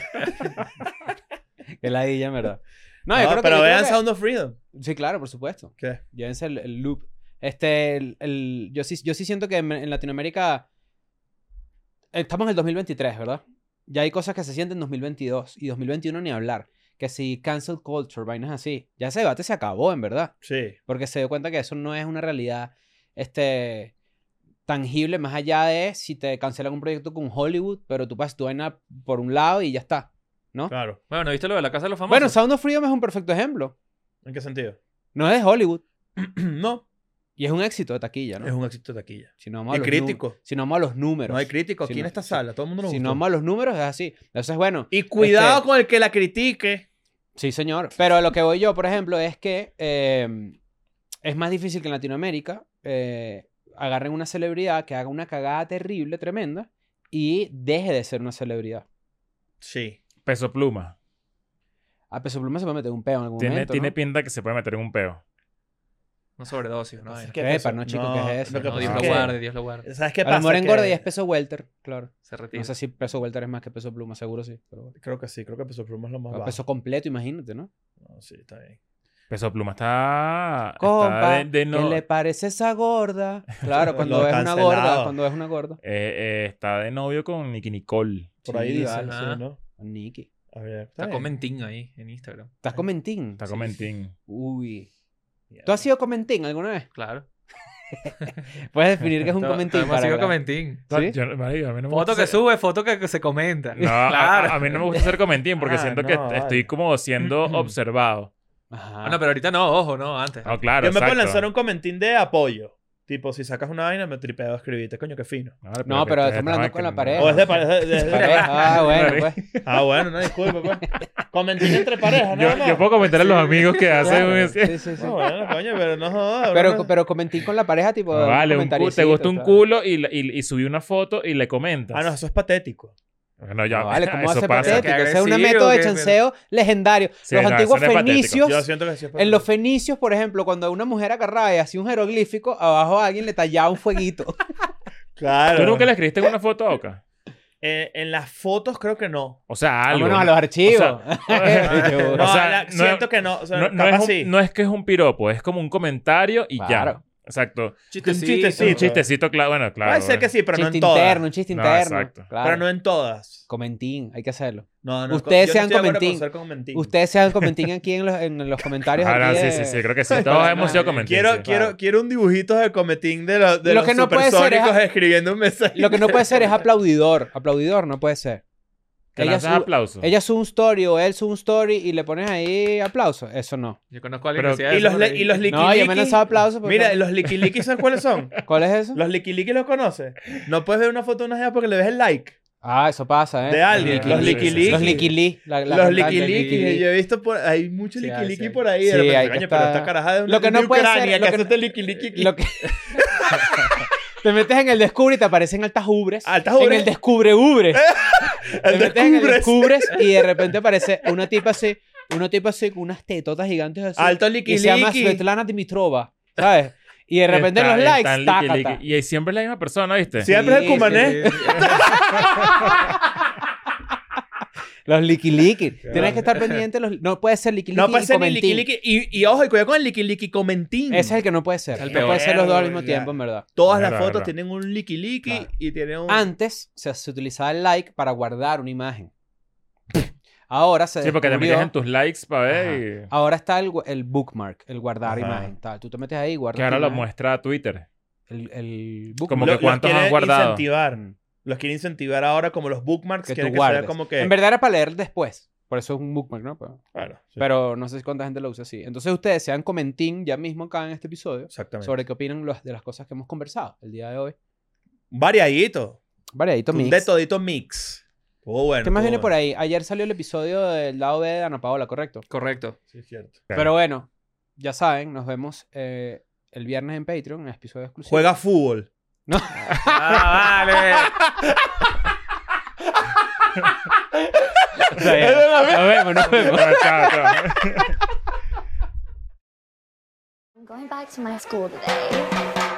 que la dilla, en verdad. No, yo No, creo que. pero yo creo vean que- Sound of Freedom. Sí, claro, por supuesto. ¿Qué? Llévense el, el loop. Este, el, el- yo, sí, yo sí siento que en, en Latinoamérica. Estamos en el dos mil veintitrés, ¿verdad? Ya hay cosas que se sienten en dos mil veintidós y dos mil veintiuno ni hablar. Que si cancel culture, vainas así. Ya ese debate se acabó, en verdad. Sí. Porque se dio cuenta que eso no es una realidad este, tangible, más allá de si te cancelan un proyecto con Hollywood, pero tú pasas tu vaina por un lado y ya está, ¿no? Claro. Bueno, ¿no viste lo de la Casa de los Famosos? Bueno, Sound of Freedom es un perfecto ejemplo. ¿En qué sentido? No es de Hollywood no. y es un éxito de taquilla, ¿no? Es un éxito de taquilla. Si no vamos a Y los crítico. nu- Si no vamos a los números. No hay crítico aquí Si en no- esta si- sala. Todo el mundo nos Si gustó. no vamos a los números, es así. Entonces, bueno. Y cuidado este- con el que la critique. Sí, señor. Pero a lo que voy yo, por ejemplo, es que eh, es más difícil que en Latinoamérica eh, agarren una celebridad que haga una cagada terrible, tremenda, y deje de ser una celebridad. Sí. Peso Pluma. A Peso Pluma se puede meter un peo en algún Tiene, momento, tiene ¿no? pinta que se puede meter en un peo. Una sobredosis, ¿no? Es Ay, que Epa, eso- no, chico, ¿qué es eso? Lo que no, pasa Dios es lo que- guarde, Dios lo guarde. ¿Sabes qué A lo pasa? mejor engorda Que- y es Peso Welter, claro. Se retira. No sé si Peso Welter es más que Peso Pluma, seguro sí. Pero bueno. Creo que sí. Creo que Peso Pluma es lo más O bajo. peso completo, imagínate, ¿no? No, sí, está bien. Peso Pluma está... Compa, está de, de ¿qué no- le parece esa gorda? Claro, cuando Lo es una cancelado. gorda, cuando es una gorda. eh, eh, está de novio con Nicki Nicole. Por ahí Sí, dicen, vale. sí, Ajá. ¿no? Niki. A ver, está Está bien. comentín ahí en Instagram. ¿Estás comentín? Está con Mentín. Uy. Mierda. ¿Tú has sido comentín alguna vez? Claro. Puedes definir qué es un comentín Hemos para sido para- comentín. ¿Sí? Yo- marico, a mí no me Foto gusta que ser- sube, foto que, que se comenta. No, a- claro. a, a mí no me gusta ser comentín porque Ah, siento no, que vale. estoy como siendo observado. Ajá. Ah, no, pero ahorita no, ojo, no, antes. No, claro, Yo me puedo exacto. lanzar un comentín de apoyo. Tipo, si sacas una vaina, me tripeo escribirte. Coño, qué fino. Vale, No, pero que- estamos que- hablando que- con la no. pareja. O es de pareja. de- de- de- Pareja. Ah, bueno, pues. Ah, bueno, no, disculpe, pues. Comentín entre parejas, Yo, nada más. yo puedo comentar a los amigos que hacen Claro. un... Sí, sí, sí. No, bueno, coño, pero no jodas. Pero, bro. pero comentín con la pareja, tipo. No, vale, un cu- te comentaricito, gusta un tal. culo y, le- y, y subí una foto y le comentas. Ah, no, eso es patético. No, ya, No, vale, ¿cómo va a eso ser pasa. patético? Qué Ese es un agresivo, método de qué- chanceo legendario. Sí, los no, antiguos eso no es patético. fenicios, Yo siento que sí es en patético. los fenicios, por ejemplo, cuando una mujer agarraba y hacía un jeroglífico, abajo a alguien le tallaba un fueguito. Claro. ¿Tú nunca le escribiste en una foto a Oka? Eh, en las fotos creo que no. O sea, algo. Vámonos a los archivos. No, O sea, la- no- siento que no. O sea, no, no capaz es un- sí. no es que es un piropo, es como un comentario y Claro. ya. Exacto. chistecito. Un chistecito, claro. Bueno, claro. Puede ser bueno. que sí, pero no chiste en todas. interno, un chiste No, interno. exacto. Claro. Pero no en todas. Comentín, hay que hacerlo. No, no. Ustedes yo sean estoy de acuerdo con comentín. ser comentín. Ustedes sean comentín aquí en los, en los comentarios. Ah, no, aquí sí, de- sí, sí, creo que sí. Todos hemos sido comentín. Quiero, sí. quiero, quiero un dibujito de cometín de, los de Lo los que no puede ser supersónicos es- escribiendo un mensaje. Lo que no puede ser es aplaudidor. Aplaudidor no puede ser. Que Ella, lanzas sube- aplausos. ella sube un story o él sube un story y le pones ahí aplauso. Eso no. Yo conozco a alguien Pero- que hacía Y eso los, por le- ahí. y los No, yo me he liquiliquis. lanzado aplausos. porque- Mira, los liquiliquis, ¿sabes cuáles son? ¿Cuál es eso? Los liquiliquis los conoces. No puedes ver una foto de una jeva porque le ves el like. Ah, eso pasa, ¿eh? De alguien. Ah, Los sí, sí, sí. liquiliquis. Los liquili. la- la Los cantante, liquiliquis. liquili. Yo he visto por... Hay muchos Sí, liquiliquis sí. por ahí. Sí, de repente, hay que coño, pero estar- esta caraja de, Lo que de no puede Ucrania ser- que lo hace que- este liquiliqui aquí. Lo que... Te metes en el descubre y te aparecen altas ubres. Altas En ubres. el descubre ubres. Te El metes en el descubres. descubres y de repente aparece una tipa así, una tipa así con unas tetotas gigantes así. Alto y se llama liquiliqui. Svetlana Dimitrova, ¿sabes? Y de repente en Está- los likes, está en tácata. liqui, liqui. Y siempre es la misma persona, ¿viste? Siempre es el Sí, cumané. Sí, sí. Los liquiliqui. Tienes que estar pendiente. Los... No puede ser liquiliqui No puede y ser ni comentín. liquiliqui. Y, y ojo, y cuidado con el liquiliqui comentín. Ese es el que no puede ser. Es el No peor. puede ser los dos al mismo Ya. tiempo, en verdad. Todas Es las verdad, fotos es verdad. tienen un liquiliqui Claro. y tienen un... Antes se, se utilizaba el like para guardar una imagen. Ahora se Sí, porque te descubrió- metías en tus likes para ver y... Ahora está el, gu- el bookmark, el guardar Ajá. imagen. Tal. Tú te metes ahí y guardas. Que ahora tu lo imagen. muestra Twitter. El, el Como bookmark. que Lo- cuántos los quiere han guardado. incentivar. Los quiere incentivar ahora como los bookmarks. que tú quieren que guardes. sea como que... En verdad era para leer después. Por eso es un bookmark, ¿no? Pero, Claro, sí. pero no sé si cuánta gente lo usa así. Entonces ustedes sean comentín ya mismo acá en este episodio Exactamente. sobre qué opinan los- de las cosas que hemos conversado el día de hoy. Variadito. Variadito Un mix. de todito mix. Estuvo bueno. ¿Qué más estuvo viene bueno. por ahí? Ayer salió el episodio del lado B de Ana Paola, ¿correcto? Correcto. Sí, es cierto. Pero bueno, ya saben, nos vemos eh, el viernes en Patreon, en el episodio exclusivo. Juega fútbol. ¡Ah, vale! Está bien. Nos vemos, nos vemos. Chao, chao. I'm going back to my school today.